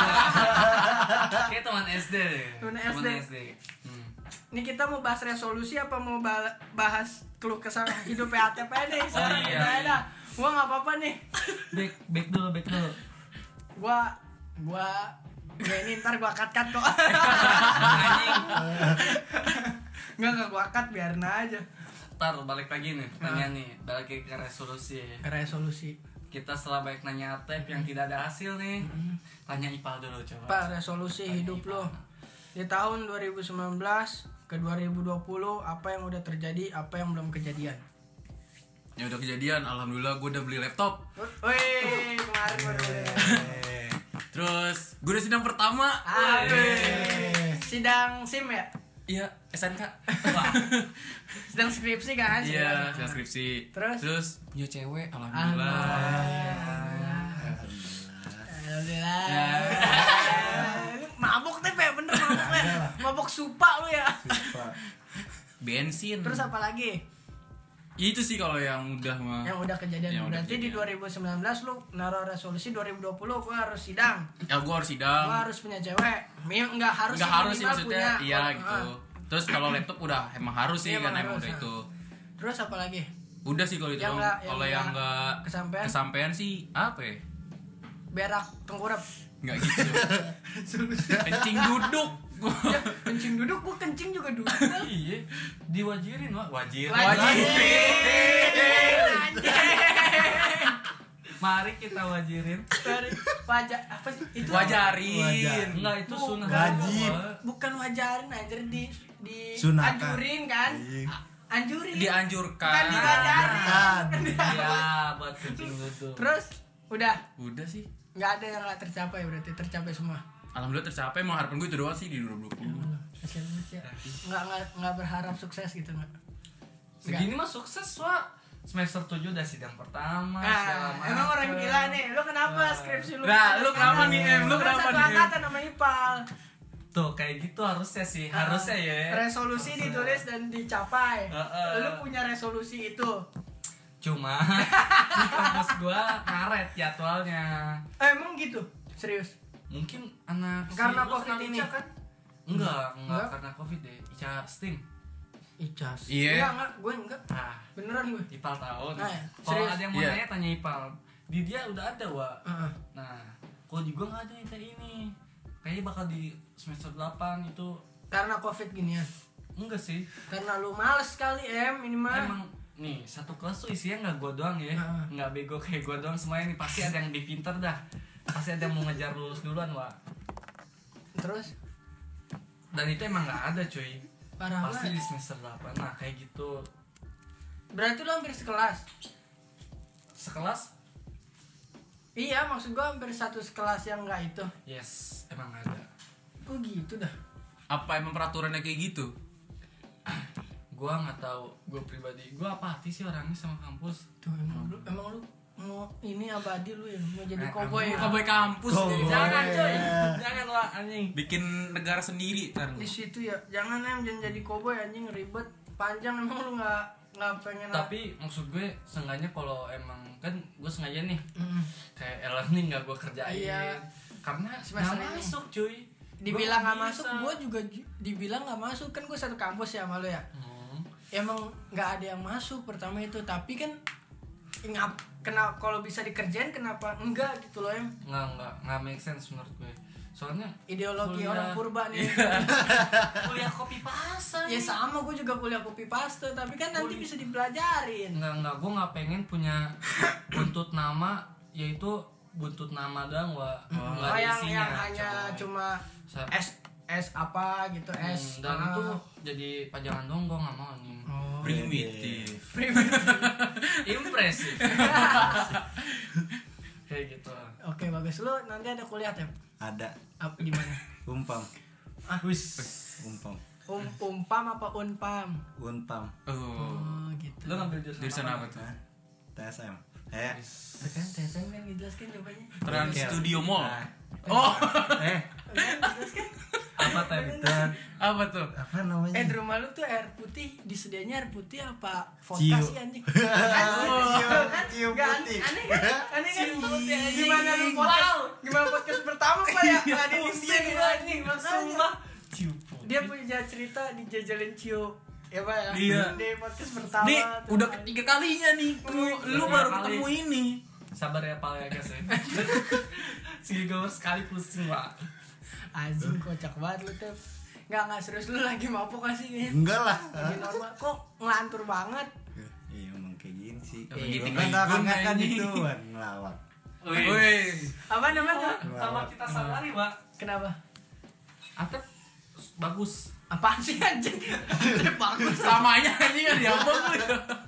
enggak. Kayak teman S D deh. Teman Teman S D. S D. Hmm. Ini kita mau bahas resolusi apa mau ba- bahas keluh kesah hidup P A T P nih? Sekarang iya, kita iya. ada. Gua nggak apa-apa nih. Back back dulu, back dulu. Gua gua gua ini ntar gua cut-cut kok. Anjing. Enggak enggak gua cut biarin aja. Ntar balik lagi nih pertanyaan nih. Balik lagi ke resolusi. Resolusi. Kita setelah banyak nanya Atep yang tidak ada hasil nih. Tanya Ipal dulu coba. Pak, resolusi Tanya hidup Ipal. lo di tahun dua ribu sembilan belas ke dua ribu dua puluh, apa yang udah terjadi, apa yang belum kejadian? Ya udah kejadian, alhamdulillah gue udah beli laptop. Wih, kemarin baru beli. Eh, Terus gue udah sidang pertama. Aduh. Sidang SIM ya? Iya, S N K. Wah, Sedang skripsi kan? Iya, Sidang. sidang skripsi. Terus? Terus punya cewek, Alhamdulillah. alhamdulillah. Alhamdulillah. Ya. Lu mabuk deh, Pe, bener mabuk ya. Mabuk supa lu ya. Pak. Bensin. Terus apa lagi? Itu sih kalau yang udah mah. Yang udah kejadian. Yang udah Berarti di kejadian. dua ribu sembilan belas lu naruh resolusi dua ribu dua puluh gua harus sidang. Ya gue harus sidang. Gua harus punya cewek. Mi- Enggak harus Enggak sih, harus sih minimal maksudnya. punya. Iya Oh, gitu. ah. Terus kalau laptop udah emang harus sih Iya, kan emang emang harus, udah ah. itu. Terus apa lagi? Udah sih kalau itu. Yang doang. nggak- yang Kalau yang nggak enggak kesampean? kesampean sih apa ya? Berak tengkurap. Enggak gitu. Kencing duduk. Ya, kencing duduk gua kencing juga duduk. iya. Diwajirin, Wak. Wajir. Wajib. Anjing. Mari kita wajirin. Dari wajah apa sih? Itu Wajarin. Wajar. Enggak, itu Bukan. sunnah. Wajib. Wak. bukan wajarin anjir di di Sunahkan. anjurin kan? Iya. A- Anjurin. Dianjurkan. Bukan diwajarin. Kan. Iya, buat kencing duduk. Terus udah Udah sih. nggak ada yang nggak tercapai berarti tercapai semua. Alhamdulillah tercapai. Emang harapan gue itu doang sih di dua ribu dua puluh. Kasian banget ya. Nggak nggak nggak berharap sukses gitu nggak? Segini mah sukses, Wak. Semester tujuh udah sidang pertama, Ah, segala macem. emang orang gila nih. Lu kenapa Nah. skripsi lu? Nah, lu kenapa nih, Em? Lu kan kenapa satu nih, Em? angkatan sama Ipal. Tuh, kayak gitu harusnya sih. Harusnya ya. Resolusi ditulis dan dicapai. Heeh. Lu punya resolusi itu. Cuma di kampus gua ngaret jadwalnya. Eh, emang gitu? Serius? Mungkin anak Karena si- lu COVID kenal ini? Ica kan? Enggak, enggak, Enggak? karena Covid deh. Ica Steam. Icas. Iya. Enggak, enggak, gue enggak. Ah, Beneran gue. Ipal tahu. Ah, ya. Kalau Serius? ada yang mau Iya. nanya tanya Ipal. Di dia udah ada, Wak. Heeh. Nah, kalau juga nggak ada yang kayak ini. Kayaknya bakal di semester delapan itu Karena Covid ginian. enggak sih. Karena lu males sekali, Em, ini mah. Emang nih satu kelas tuh isinya nggak gua doang ya, Ah. nggak bego kayak gua doang semuanya nih pasti ada yang lebih pinter dah, pasti ada yang mau ngejar lulus duluan, Wak. Terus Dan itu emang nggak ada cuy, parah pasti di banget. semester delapan. Nah kayak gitu Berarti lu hampir sekelas. sekelas, Iya, maksud gua hampir satu sekelas yang enggak itu. yes emang nggak ada. Kok gitu dah? Apa emang peraturannya kayak gitu? Gua nggak tahu, gua pribadi, gua apati sih orangnya sama kampus. Tuh emang lu emang lu mau ini abadi lu ya, mau jadi Eh, koboi. emang. Koboi kampus Koboi. deh. Jangan coy, Iya. jangan Wak anjing. Bikin negara sendiri ntar. Di situ ya. Jangan Em, jangan jadi koboi anjing ribet, panjang emang lu enggak enggak pengen. Tapi maksud gue sengaja kalau emang kan gue sengaja nih Mm. kayak e-learning nggak gue kerjain Iya. karena Semester nggak ini. masuk cuy. Dibilang Gua nggak masuk, bisa. gua juga ju- dibilang nggak masuk kan gue satu kampus ya sama lu ya. Hmm. Emang nggak ada yang masuk pertama itu, tapi kan ngap kena kalau bisa dikerjain kenapa enggak gitu loh Em. nggak nggak nggak make sense menurut gue soalnya Ideologi kuliah- orang purba nih. kuliah kopi pasan Ya sama, gue juga kuliah kopi paste, tapi kan nanti Kuliah. bisa dipelajarin. nggak nggak gue nggak pengen punya buntut nama yaitu buntut nama doang, Wak. Oh, Nggak ada yang isinya, yang hanya coy. cuma Sa- S S apa gitu Hmm, S dan ah. itu jadi pajangan dong, gua nggak mau nih. Oh. Primitif. Impresif. Kayak gitu. Oke bagus, lu nanti ada kuliah Tep? Ada Apa di mana? umpam Ah, Wis. umpam um, umpam apa unpam? unpam Oh. Oh gitu. Lu ngambil jurusan Jurusan apa tuh? Hah? T S M eh Tuh kan T S M kan dijelaskan jawabannya. Trans Bengkel. Studio Mall. Nah, Oh. eh Kan dijelaskan. Apa teh? dan Apa tuh? apa namanya Eh di rumah lu tuh air putih disedianya air putih apa vodka Cio. sih anjing? Cio, kan? Cio Nggak, putih. Aneh kan? Aneh kan? Cio putih, anjing. Gimana lu podcast? Gimana podcast pertama Pak ya? Nggak ada Pusing dia gua, anjing, Makanya. sumpah. Ciupu. Dia punya cerita dijajalin Cio. Ya Pak ya? Iya. Di podcast pertama. Nih, tuh. udah ketiga kalinya nih. Lu, lu Ketiga baru kali. ketemu ini. Sabar ya Pak ya guys ya. Si gue sekali pusing, Pak. Anjing kocak banget lu tuh. Nggak nggak serius lu lagi mabuk gak sih kayaknya? enggak lah Lagi normal. Kok ngelantur banget? iya emang kayak gini sih Apa Gua gitu, kan Igun, nggak kan anjing. itu kan ngelawak Woi. Apa namanya? Sama kita sadari, Pak. Kenapa? Atep bagus. Apaan sih anjing? Atep bagus. Samanya ini kan diambang lu.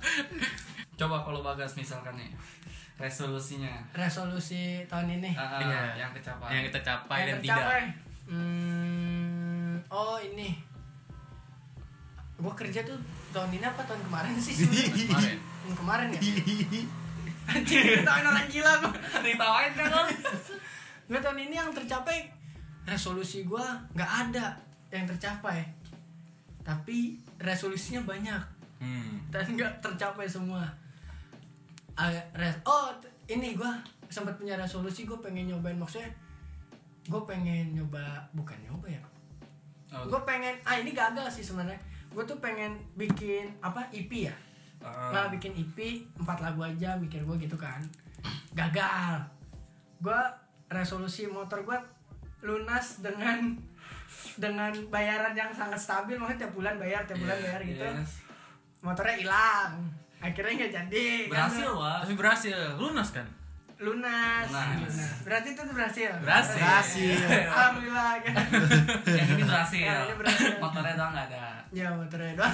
Coba kalau Bagas misalkan nih resolusinya. Resolusi tahun ini. Ah, ah, Iya. yang kecapai. Yang kita capai Yang dan tercapai. tidak. Hmm, oh ini. Gua kerja tuh tahun ini apa tahun kemarin sih sebenarnya? Kemarin. Tahun kemarin ya? Anjing, tahun orang gila gua. Ditawain kan lo? Nggak, tahun ini yang tercapai resolusi gua nggak ada yang tercapai. Tapi resolusinya banyak Hmm. dan nggak tercapai semua. Ah, res- oh t- ini gue sempat punya resolusi, gue pengen nyobain, maksudnya gue pengen nyoba, bukan nyoba ya, Oh, gue pengen ah ini gagal sih sebenarnya. Gue tuh pengen bikin apa E P ya, ah. nah bikin E P empat lagu aja, mikir gue gitu kan, gagal. Gue resolusi motor gue lunas dengan dengan bayaran yang sangat stabil, maksudnya tiap bulan bayar tiap bulan Iya, bayar gitu. yes. Motornya hilang, akhirnya nggak jadi. Berhasil, Kan? Wak. Tapi berhasil, lunas kan? Lunas. Lunas. Lunas. Berarti itu tuh berhasil. Berhasil. Berhasil. Alhamdulillah. Kan? Yang ini berhasil. Yang ini berhasil. Motornya doang nggak ada. Ya motornya doang.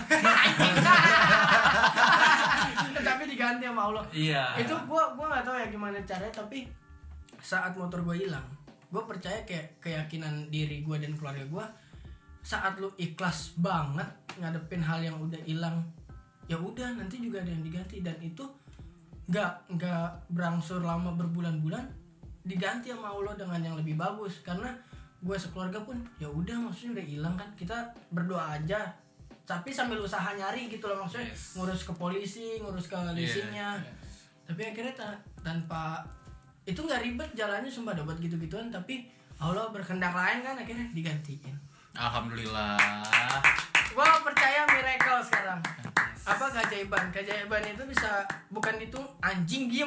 Tapi diganti sama Allah. Iya. Itu gua gua nggak tahu ya gimana caranya, tapi saat motor gua hilang, gua percaya kayak keyakinan diri gua dan keluarga gua, saat lu ikhlas banget ngadepin hal yang udah hilang, ya udah nanti juga ada yang diganti, dan itu nggak nggak berangsur lama berbulan-bulan diganti sama Allah dengan yang lebih bagus. Karena gue sekeluarga pun ya udah, maksudnya udah hilang kan, kita berdoa aja tapi sambil usaha nyari gitu loh, maksudnya Yes. ngurus ke polisi, ngurus ke leasingnya. Iya. Tapi akhirnya ta- tanpa itu nggak ribet jalannya, sumpah dapat gitu-gituan, tapi Allah berkehendak lain kan, akhirnya digantiin. Alhamdulillah. Gue percaya miracle sekarang. Apa keajaiban? Keajaiban itu bisa bukan ditung anjing diem.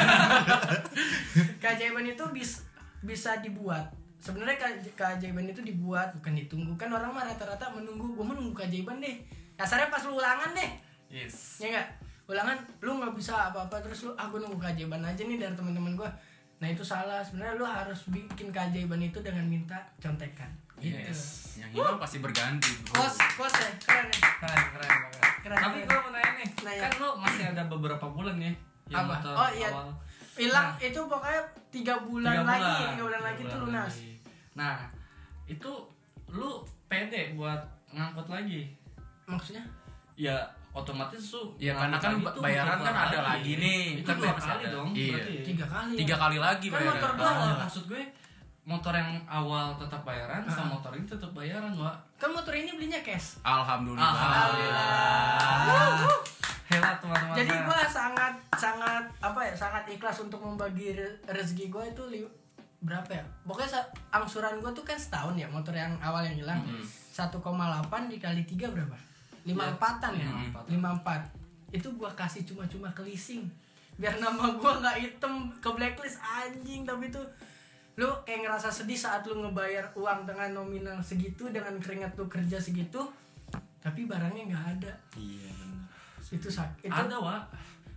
Keajaiban itu bis, bisa dibuat. Sebenarnya ke- keajaiban itu dibuat, bukan ditunggu. Kan orang mah rata-rata menunggu. Gue menunggu keajaiban deh. Kasarnya pas lu ulangan deh. Yes. Ya enggak? Ulangan lu nggak bisa apa-apa, terus lu ah gue nunggu keajaiban aja nih dari teman-teman gue. Nah itu salah. Sebenarnya lu harus bikin keajaiban itu dengan minta contekan. Gitu. Yes. Yang hilang pasti berganti, bro. Kos, kos ya, keren ya. Keren, keren banget. Keren, Tapi keren. gue mau nanya nih, Nanya. kan lu masih ada beberapa bulan ya yang Apa? motor Oh, iya. awal. Hilang Nah. itu pokoknya tiga bulan, Tiga lagi, bulan. tiga bulan lagi Tiga tuh bulan lunas. lagi. Nah, itu lu pede buat ngangkut lagi? Maksudnya? Ya otomatis tuh. Ya, karena ngangkut kan lagi tuh bayaran butuh kan berapa ada lagi nih. Itu Kan dua masih kali ada. dong. Iya. Berarti. Tiga kali. Tiga kali lagi Kan bayaran. motor gua Nah, awal. maksud gue motor yang awal tetap bayaran Ah. sama motor ini tetap bayaran, Wak. Kan motor ini belinya cash. Alhamdulillah. Alhamdulillah. Hebat teman-teman. Jadi gua sangat sangat apa ya, sangat ikhlas untuk membagi re- rezeki gua itu li- berapa ya? Pokoknya sa- angsuran gua tuh kan setahun ya, motor yang awal yang hilang. satu koma delapan dikali tiga berapa? lima Ya, empatan ya? lima empat. lima empat. Itu gua kasih cuma-cuma ke leasing. Biar nama gua nggak hitam ke blacklist anjing, tapi tuh lu kayak ngerasa sedih saat lu ngebayar uang dengan nominal segitu, dengan keringat lu kerja segitu, tapi barangnya nggak ada. iya benar Itu sakit. Itu Ada, Wak.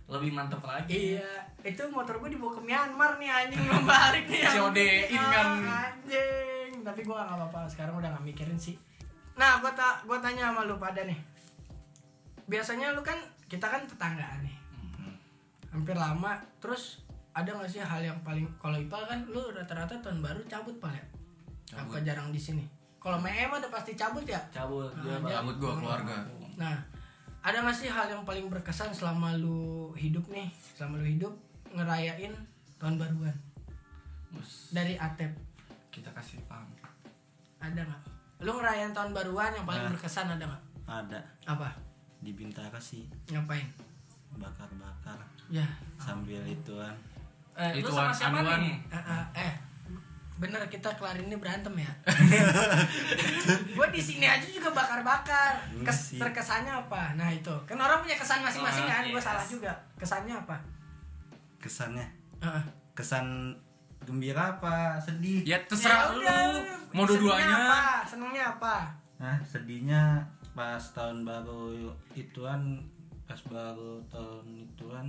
lebih mantep lagi. Iya, itu motor gue dibawa ke Myanmar nih anjing, belum balik nih. C O D-in kan. Ah, anjing. Tapi gue gak apa-apa, sekarang udah gak mikirin sih. Nah, gue ta gue tanya sama lu pada nih. Biasanya lu kan, kita kan tetanggaan nih. Hampir lama, terus ada gak sih hal yang paling, kalau Ipal kan lu rata-rata tahun baru cabut Pal ya? Apa jarang di sini? Kalau Meem udah pasti cabut ya? Cabut dia Nah, Cabut gua keluarga. Nah, ada gak sih hal yang paling berkesan selama lu hidup nih, selama lu hidup ngerayain tahun baruan Bus, dari Atep? kita kasih paham. Ada nggak? Lu ngerayain tahun baruan yang paling Nah. berkesan ada nggak? Ada Apa? di Bintara sih, Ngapain? bakar-bakar Ya. sambil ituan. Eh, lu Ituan, sama siapa anuan. nih? Eh, eh, eh. Bener kita kelarin ini berantem ya. Gue di sini aja juga bakar-bakar. Enggak Kes, sih. terkesannya apa? Nah itu kan orang punya kesan masing-masing Ah, kan. Gue yes. salah juga. Kesannya apa? Kesannya, Heeh. kesan gembira apa sedih? Ya terserah Ya lu. udah. Mau Senengnya dua-duanya. apa? Senengnya apa? Nah, sedihnya pas tahun baru ituan, pas baru tahun ituan.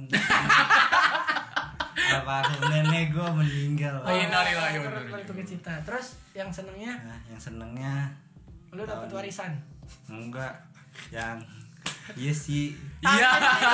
Almarhum nenek gue meninggal. Oh, iya, innalillahi wa inna Terus ilaihi balik ke cita. Terus yang senengnya Nah, yang senengnya lu dapat Tahun- warisan. enggak, yang iya sih, Iya.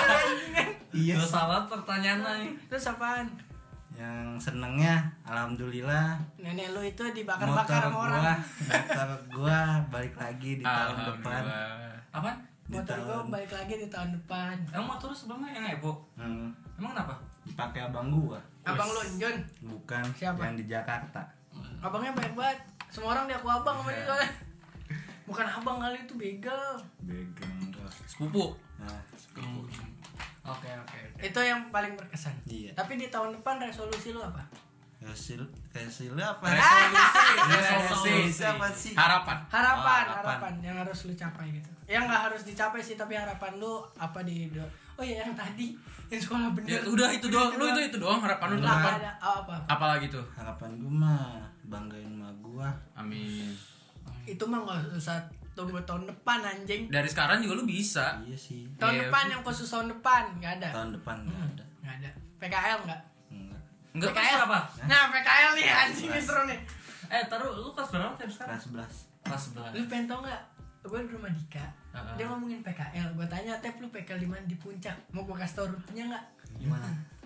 iya Lu sih. salah pertanyaan nih. Terus apaan? Yang senengnya alhamdulillah Nenek lu itu dibakar-bakar motor sama gua, orang. motor gua balik lagi di tahun depan. Alhamdulillah. Apa? Di Motor gua tahun balik lagi di tahun depan. Emang motor lu sebelumnya yang Evo? hmm, Emang kenapa? dipakai abang gua, Abang lu John, bukan Siapa? yang di Jakarta. abangnya baik banget. Semua orang diaku abang sama dia soalnya. Bukan abang kali itu begal. Begang gua. Sepupu. Nah, Hmm. Oke oke. Itu yang paling berkesan. Iya. Tapi di tahun depan resolusi lu apa? hasil hasil apa? Resolusi. Resolusi. Resolusi. Apa sih? Harapan. Harapan, Oh, harapan. harapan yang harus lu capai gitu. Yang nggak harus dicapai sih, tapi harapan lu apa di do- Oh iya yang tadi yang sekolah bener. Ya udah itu doang. Lu itu itu doang harapan lu Nggak tahun depan. ada oh, apa, apa. Apalagi tuh? Harapan gua mah banggain emak gua. Amin. Itu mah nggak usah tunggu tahun depan anjing. Dari sekarang juga lu bisa. Iya sih. Tahun Iya. depan yang khusus tahun depan nggak ada. Tahun depan nggak ada. Nggak ada. P K L nggak? Enggak. Enggak. P K L apa? Nah P K L nih anjing nih seru nih. Eh taruh lu kelas berapa tiap sekarang? Kelas sebelas. Kelas sebelas. Lu pengen tau nggak? Gue di rumah Dika. Uh-uh. Dia ngomongin P K L. Gue tanya Tep lu P K L di mana? Di puncak. Mau gue kasih tau rutenya nggak? Gimana?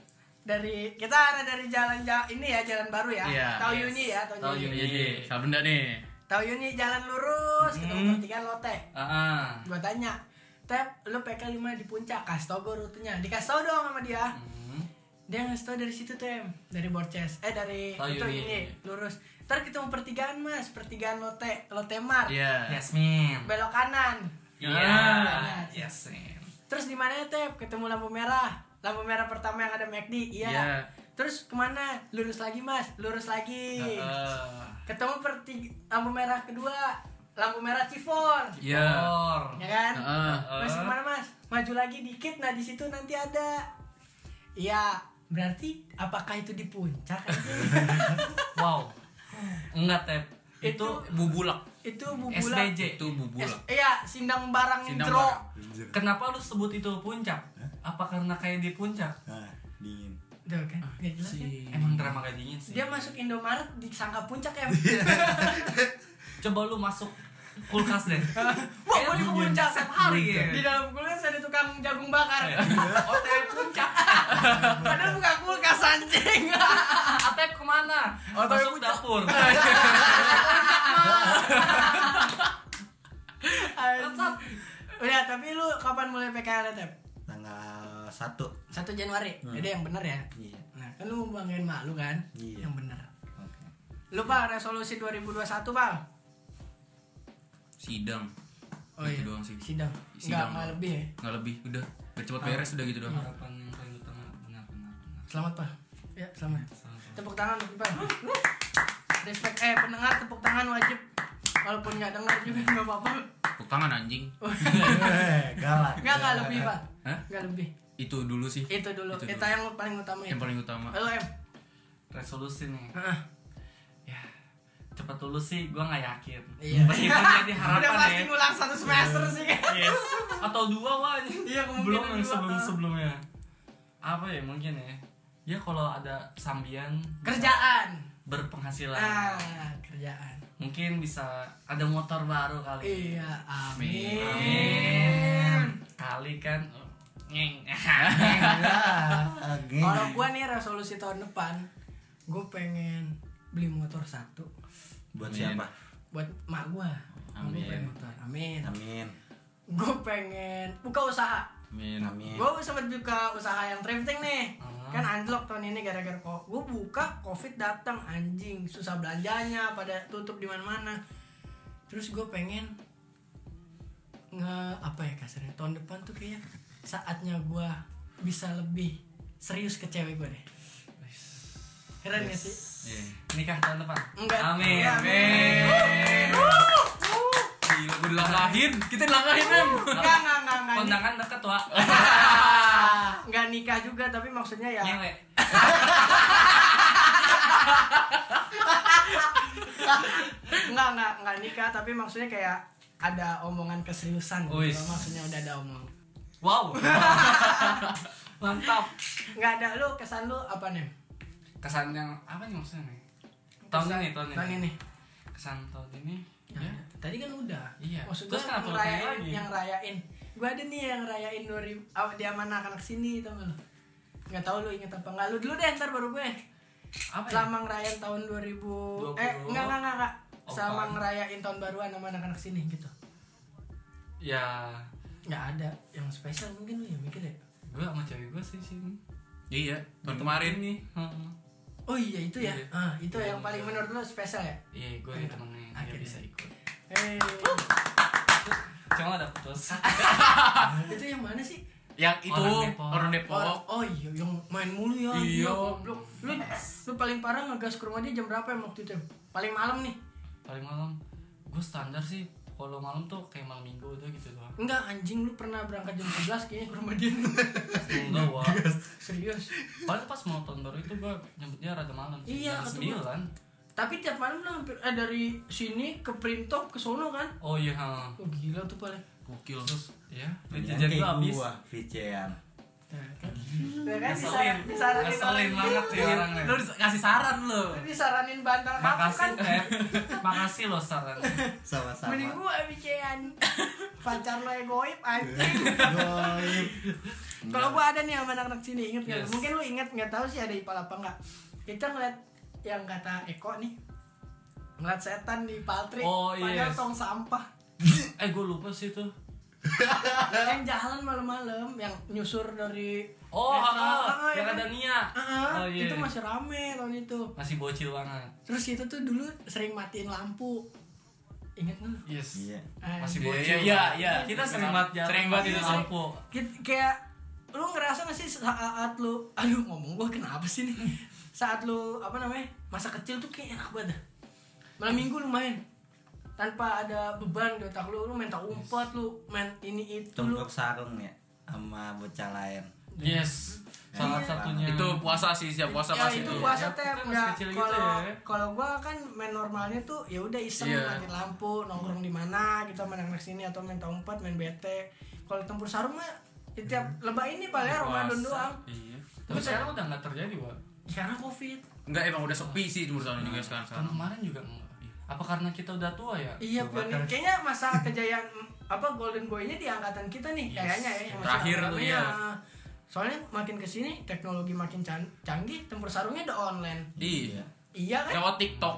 Dari kita ada dari jalan ja- ini ya jalan baru ya. Iya, Tahu yes. Yuni ya, tahu Tahu Yuni. Yuni. Iya, salah benda nih. Tahu Yuni jalan lurus ketemu Hmm. pertigaan Lotte. Ah. Gue tanya, Tep lu P K L di mana? Di puncak. Kasih tau gue rutenya. Dikasih tau dong sama dia. Hmm. Dia ngasih tau dari situ Tem, dari Borces. Eh dari Tahu itu Yuni. ini lurus. Ntar ketemu pertigaan Mas, pertigaan Lotte, Lotte Mart. Iya. Yasmin. Belok kanan. Iya. Iya. Yasmin. Terus di mana ya Tep? Ketemu lampu merah. Lampu merah pertama yang ada McD. Iya. Iya. Terus kemana? Lurus lagi Mas. Lurus lagi. Heeh. Ketemu perti lampu merah kedua. Lampu merah Cifor. Iya. Or. Ya kan? Heeh. Terus kemana Mas? Maju lagi dikit. Nah di situ nanti ada. Iya. Berarti apakah itu di puncak aja? Wow. Enggak tep. Itu Itu- Bubulak. itu S bubulak. B J. Itu bubulak. Es- Iya, sindang barang Sindang jero. barang. Kenapa lu sebut itu puncak? Apa karena kayak di puncak? Nah, dingin. Tuh kan. Gak jelas kan? Emang drama gak dingin sih. Dia masuk Indomaret disangka puncak ya. Coba lu masuk kulkas deh. Wah, gua di puncak Setiap hari ya. Di dalam kulkas ada tukang jagung bakar. O T W puncak. Padahal bukan kulkas anjing. Atep kemana? O T W Masuk puncak. dapur. Anjing. Udah, tapi lu kapan mulai P K L Tep? Tanggal satu. satu Januari. Hmm. Jadi yang bener ya. Iya. Nah, kan lu banggain mak lu kan? Iya. Yang bener. Oke. Lu Pak, resolusi dua ribu dua puluh satu, Pak. Sidang. Oh Itu iya. doang sih. Sidang. Sidang Enggak, enggak doang. lebih ya. Nggak lebih. Udah. Biar cepet beres udah gitu doang. Harapan yang paling utama benar benar benar. Selamat, Pak. Ya, selamat. Selamat. Tepuk tangan untuk Pak. Respect eh pendengar tepuk tangan wajib. Walaupun nggak dengar juga nggak apa-apa. Tepuk tangan anjing. Eh, galak. Nggak nggak lebih Pak. Hah? Nggak lebih. Itu dulu sih. Itu dulu. Itu Kita dulu. yang paling utama itu. Yang paling utama. Halo Em. Resolusi nih. Heeh. Ya. Cepat lulus sih gua nggak yakin. Iya. Meskipun jadi harapan Udah pasti ya. ngulang satu semester sih kan. Yes. Atau dua wah. Iya, kemungkinan Belum yang dua, sebelum ah. sebelumnya. apa ya mungkin ya? Ya kalau ada sambian Kerjaan. berpenghasilan. Ah, kerjaan. Mungkin bisa ada motor baru kali. Iya, amin. Amin. Kali kan ngeng. Kalau gua nih resolusi tahun depan, gua pengen beli motor satu Buat Amin. siapa? buat mak gua. Mak gua Amin. pengen motor. Amin. Amin. Gua pengen buka usaha. Amin. Amin. Gue sempat buka usaha yang thrifting nih. Ah. Kan anjlok tahun ini gara-gara kok. Gue buka, Covid datang, anjing, susah belanjanya, pada tutup di mana-mana. Terus gue pengen nge apa ya kasarnya, tahun depan tuh kayak saatnya gue bisa lebih serius ke cewek gue deh. Keren gak sih? Iya. Nikah tahun depan. Enggak. Amin. Enggak, Amin. Gila, gue dilangkahin. Kita dilangkahin, Em. Enggak, enggak, enggak, enggak. Kondangan deket, Wak. Enggak nikah juga, tapi maksudnya ya Ngewe. enggak, enggak, enggak nikah, tapi maksudnya kayak ada omongan keseriusan gitu. Wis. Maksudnya udah ada omong. Wow. Mantap. Enggak ada, lu kesan lu apa nih? Kesan yang apa nih maksudnya nih? Tahun Kesan- ini, tahun ini. Tahun ini. Kesan tahun ini. Nah, Ya. tadi kan udah. Iya. Maksud Terus gue kenapa lu ngerayain tanya lagi? yang rayain. Gue ada nih yang rayain dua ribu oh, dia mana anak sini tau gak lu? Enggak tahu lu inget apa enggak? Lu dulu deh ntar baru gue. Apa ya? Selama ngerayain tahun dua ribu dua puluh. eh enggak enggak enggak. enggak. Oh, Selama kan. ngerayain tahun baruan sama anak-anak sini gitu. Ya, Enggak ada yang spesial mungkin lu ya mikir ya. gue sama cewek gue sih sini. Iya, tahun kemarin nih. Heeh. Oh iya itu ya. Iya. Ah, itu yang Iya. paling menurut lu spesial ya? Iya, gue Iya. ditemenin, dia Akhirnya. bisa ikut. Eh, Cuma ada putus. itu yang mana sih? Yang itu Orang Depok. orang Depok. Oh, oh iya, yang main mulu ya. Iya. goblok. Lu lu paling parah ngegas ke rumah dia jam berapa ya waktu itu? Paling malam nih. Paling malam. Gue standar sih kalau malam tuh kayak malam minggu udah gitu doang. Enggak, anjing lu pernah berangkat jam sebelas kayaknya ke rumah dia. Enggak, wah. Serius. Paling pas mau tahun baru itu gue nyebutnya rada malam sih. Iya, Jam ketemu. sembilan. Tapi tiap malam lu hampir eh, dari sini ke Printop ke sono kan? Oh iya, ha. Oh gila tuh paling. Gokil. Terus ya, duit Yang jajan kayak gue habis. gua, Vicean. Nah, kan. Ya kan Ngeselin, disaranin, disaranin ngeselin orang banget gitu. ya orangnya. Lu kasih saran lu. Lu disaranin bantal kamu Makasih, kan. eh. Makasih loh saran. Sama-sama. Mending gua bicean. Pacar lo egoip anjing. Goib. Kalau gua ada nih sama anak-anak sini, inget nggak? Yes. Mungkin lu inget nggak tahu sih ada ipal apa nggak? Kita ngeliat yang kata Eko nih, ngeliat setan di paltri, Oh, padahal yes. tong sampah. Eh, gue lupa sih tuh. Yang jalan malam-malam, yang nyusur dari Oh, metro. ah, Ah, yang ya ada kan? Nia. Ah, Oh, iya. itu masih rame tahun itu. Masih bocil banget. Terus kita tuh dulu sering matiin lampu. Ingat lu? Yes. Iya. Masih Iya, bocil. iya, iya. Kita sering banget jalan. Sering banget matiin itu. lampu. Kit- Kayak lu ngerasa gak sih saat lu aduh ngomong gua kenapa sih nih saat lu apa namanya masa kecil tuh kayak enak banget dah. Malam minggu lu main tanpa ada beban di otak lu, lu main tak umpet, lu main ini itu lu. Tumpuk sarung ya sama bocah lain. Yes. Salah Iya. satunya. Itu puasa sih, siap puasa Ya pas itu itu. puasa Ya, teh kita masih nggak kecil gitu kalau ya. kalau gua kan main normalnya tuh ya udah iseng Iya. matiin lampu nongkrong di mana kita main anak sini atau main tak umpet main bete. Kalau tempur sarung mah ya tiap lebah ini paling ya Ramadan Puasa. doang. Iya. Tapi sekarang udah nggak terjadi, Wak. Karena Covid. Enggak, emang udah sepi sih umur tahun juga sekarang. Tahun sekarang. kemarin juga enggak. Apa karena kita udah tua ya? Iya, Coba pionir. kan. Kayaknya masa kejayaan mm, apa Golden Boy-nya di angkatan kita nih, Yes. kayaknya ya. yang masih Terakhir tuh, rame-ramenya. iya. Soalnya makin kesini teknologi makin can- canggih, tempur sarungnya udah online. Iya. Iya kan? Lewat TikTok.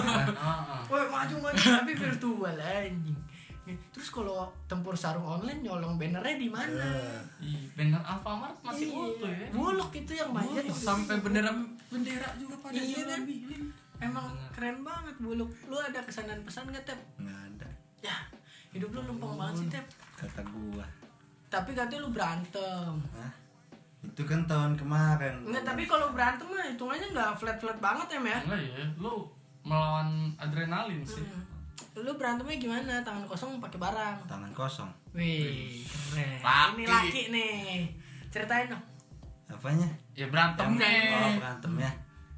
Heeh. Woi maju maju tapi virtual anjing. Terus kalau tempur sarung online nyolong bannernya di mana? Ih, banner Alfamart masih Iya. utuh ya. Buluk itu yang banyak Buluk, sampai bendera bendera juga pada Iya dia kan? ambilin. Emang Bener. keren banget Buluk. Lu ada kesanan pesan gak Tep? Nggak ada. Ya, hidup lu lempeng banget sih Tep. Kata gua. Tapi katanya lu berantem. Hah? Itu kan tahun kemarin. Enggak, tapi kalau berantem mah hitungannya enggak flat-flat banget em ya. Enggak ya, lu melawan adrenalin sih. Hmm. Lu berantemnya gimana? Tangan kosong pakai barang. Tangan kosong. Wih, keren. Laki. Ini laki nih. Ceritain dong. Apanya? Ya berantem Yang- deh. Oh, berantemnya.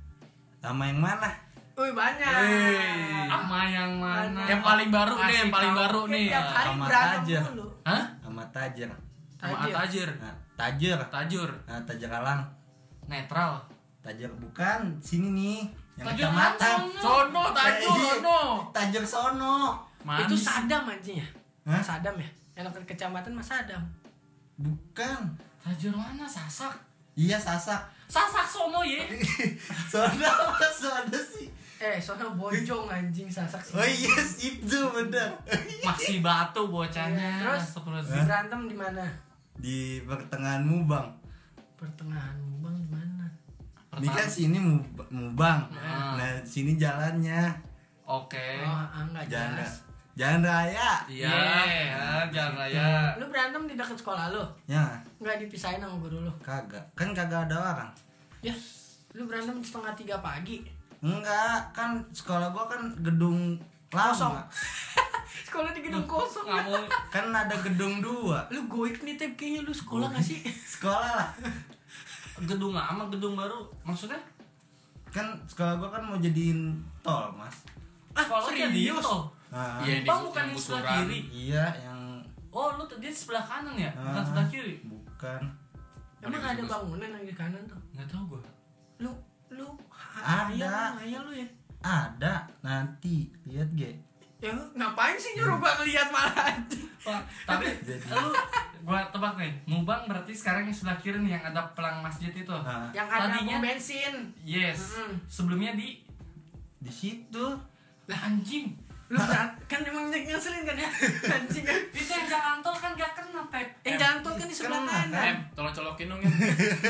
Sama yang mana? Wih, banyak. Wih. Sama yang mana? Yang paling baru deh, yang paling baru Kayak nih. tiap hari Sama berantem Tajir. dulu. Hah? Sama Tajir. Sama Tajir. Atajir. Nah, Tajur. Tajur. Nah, Tajur Alang. Netral. Tajur bukan sini nih. Yang Tajur kecamatan. langsung. Sono, tajur, Eh, sono. Tajur sono. Mana Itu sih? Sadam anjing ya? Hah? Sadam ya? Yang dekat kecamatan Mas Sadam. Bukan. Tajur mana? Sasak. Iya Sasak. Sasak sono ye. Sono apa sono sih? Eh, sono Bojong anjing Sasak sih. Oh iya itu bener. Masih batu bocahnya. Terus? Astagfirullahaladzim. Berantem di mana? Di pertengahan Mubang. Pertengahan Bang di mana? Ini kan sini Mub- Mubang. Ah. Nah, sini jalannya. Oke. Oh, ah, enggak Jalan jelas. Jalan raya. Iya. Yeah, jalan raya. Lu berantem di dekat sekolah lu? Ya, Enggak dipisahin sama guru lu? kagak. Kan kagak ada orang. Ya, lu berantem setengah tiga pagi. Enggak, kan sekolah gua kan gedung Kosong. lama. Sekolah di gedung kosong. Nggak mau. Kan ada gedung dua. Lu goik nih, Tep, kayaknya lu sekolah gak sih? Sekolah lah. Gedung lama, gedung baru. Maksudnya? Kan sekolah gua kan mau jadiin tol, Mas. Ah, Kalau serius? tol. Nah, Iya, Bang di- bukan yang di sebelah Busuran. kiri. iya yang Oh, lu tuh dia sebelah kanan ya? Bukan Ah. sebelah kiri. bukan. Emang ada bangunan yang di kanan tuh? Enggak tahu gua. Lu, lu, Ada. hayal, hayal lu ya? Ada, nanti lihat ge. Ya lu ngapain sih nyuruh gua ngeliat malah? Wah, tapi Jadi. lu gua tebak nih, Mubang berarti sekarang yang sebelah kiri nih yang ada pelang masjid itu. Nah, Yang ada Tadinya- pom bensin. Yes. Mm-mm. Sebelumnya di di situ. lah anjing. Lu berat, kan emang ngeselin kan ya? Anjing kan? Itu yang jalan tol kan gak kena tep. Yang jalan tol kan di sebelah Kena, kanan. Em, tolong colokin dong ya.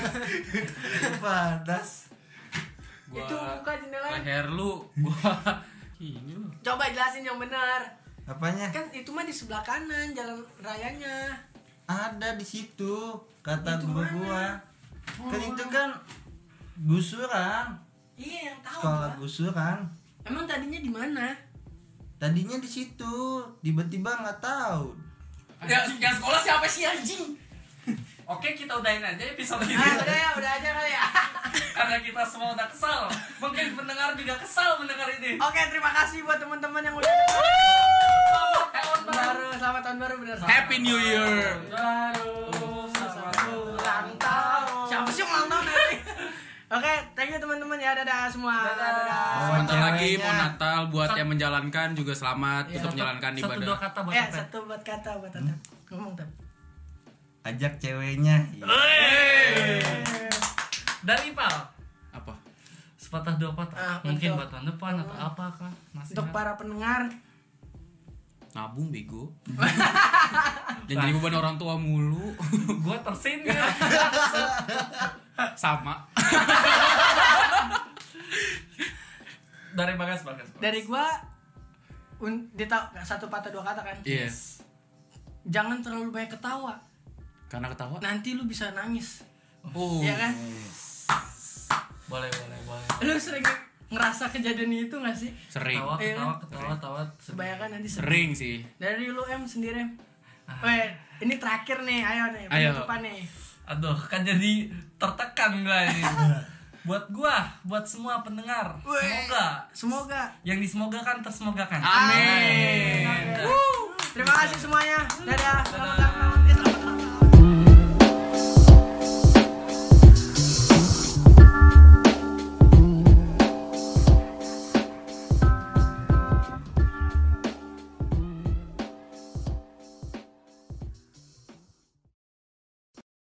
Padas. Gua Itu buka jendelanya. leher lu. Gua ini lu. Coba jelasin yang benar. Apanya? Kan itu mah di sebelah kanan jalan rayanya. Ada di situ, kata Itu guru mana? gua. Kan itu kan gusuran, Iya, yang tahu. sekolah gua. gusuran. Emang tadinya di mana? Tadinya di situ, tiba-tiba nggak tahu. Ya, yang sekolah siapa sih anjing? Oke, kita udahin aja episode ini. Ah, udah ya, udah aja kali ya. Karena kita semua udah kesal. Mungkin pendengar juga kesal mendengar ini. Oke, terima kasih buat teman-teman yang udah dengar. Selamat tahun baru. Baru, selamat tahun baru bener. Happy New Year. Baru. Selamat ulang tahun. Siapa sih yang ulang tahun hari? Oke, thank you teman-teman ya, dadah semua. Dadah. Oh, Sebentar lagi ceweknya. mau Natal buat Sat- yang menjalankan juga selamat Iya. untuk menjalankan Satu dua ibadah. kata buat Eh, Tep. satu buat kata buat Tata. Ngomong Tata. Ajak ceweknya. Iya. Wey. Dari Pal. Apa? Sepatah dua patah. Ah, Mungkin untuk- buat tahun depan atau apa kah? Masih Untuk para pendengar, Nabung bego. Jangan jadi beban orang tua mulu. gue tersindir. Sama. Dari Bagas Bagas. Bagas. dari gua un, dita- satu patah dua kata kan. Yes. Jangan terlalu banyak ketawa. Karena ketawa. Nanti lu bisa nangis. Oh. Iya kan? Boleh boleh boleh. Lu sering ngerasa kejadian itu gak sih? Sering. Ketawa Iya. ketawa ketawa ketawa. Kebanyakan nanti sedih. Sering sih. Dari lu em sendiri em. Ah. Weh, ini terakhir nih, ayo nih, Ayo. penutupan nih. Aduh, kan jadi tertekan gua ini. Buat gua, buat semua pendengar, Weh. semoga Semoga. yang disemogakan tersemogakan. Amin. Oke. Terima kasih semuanya. Dadah. Selamat Dadah. ulang tahun.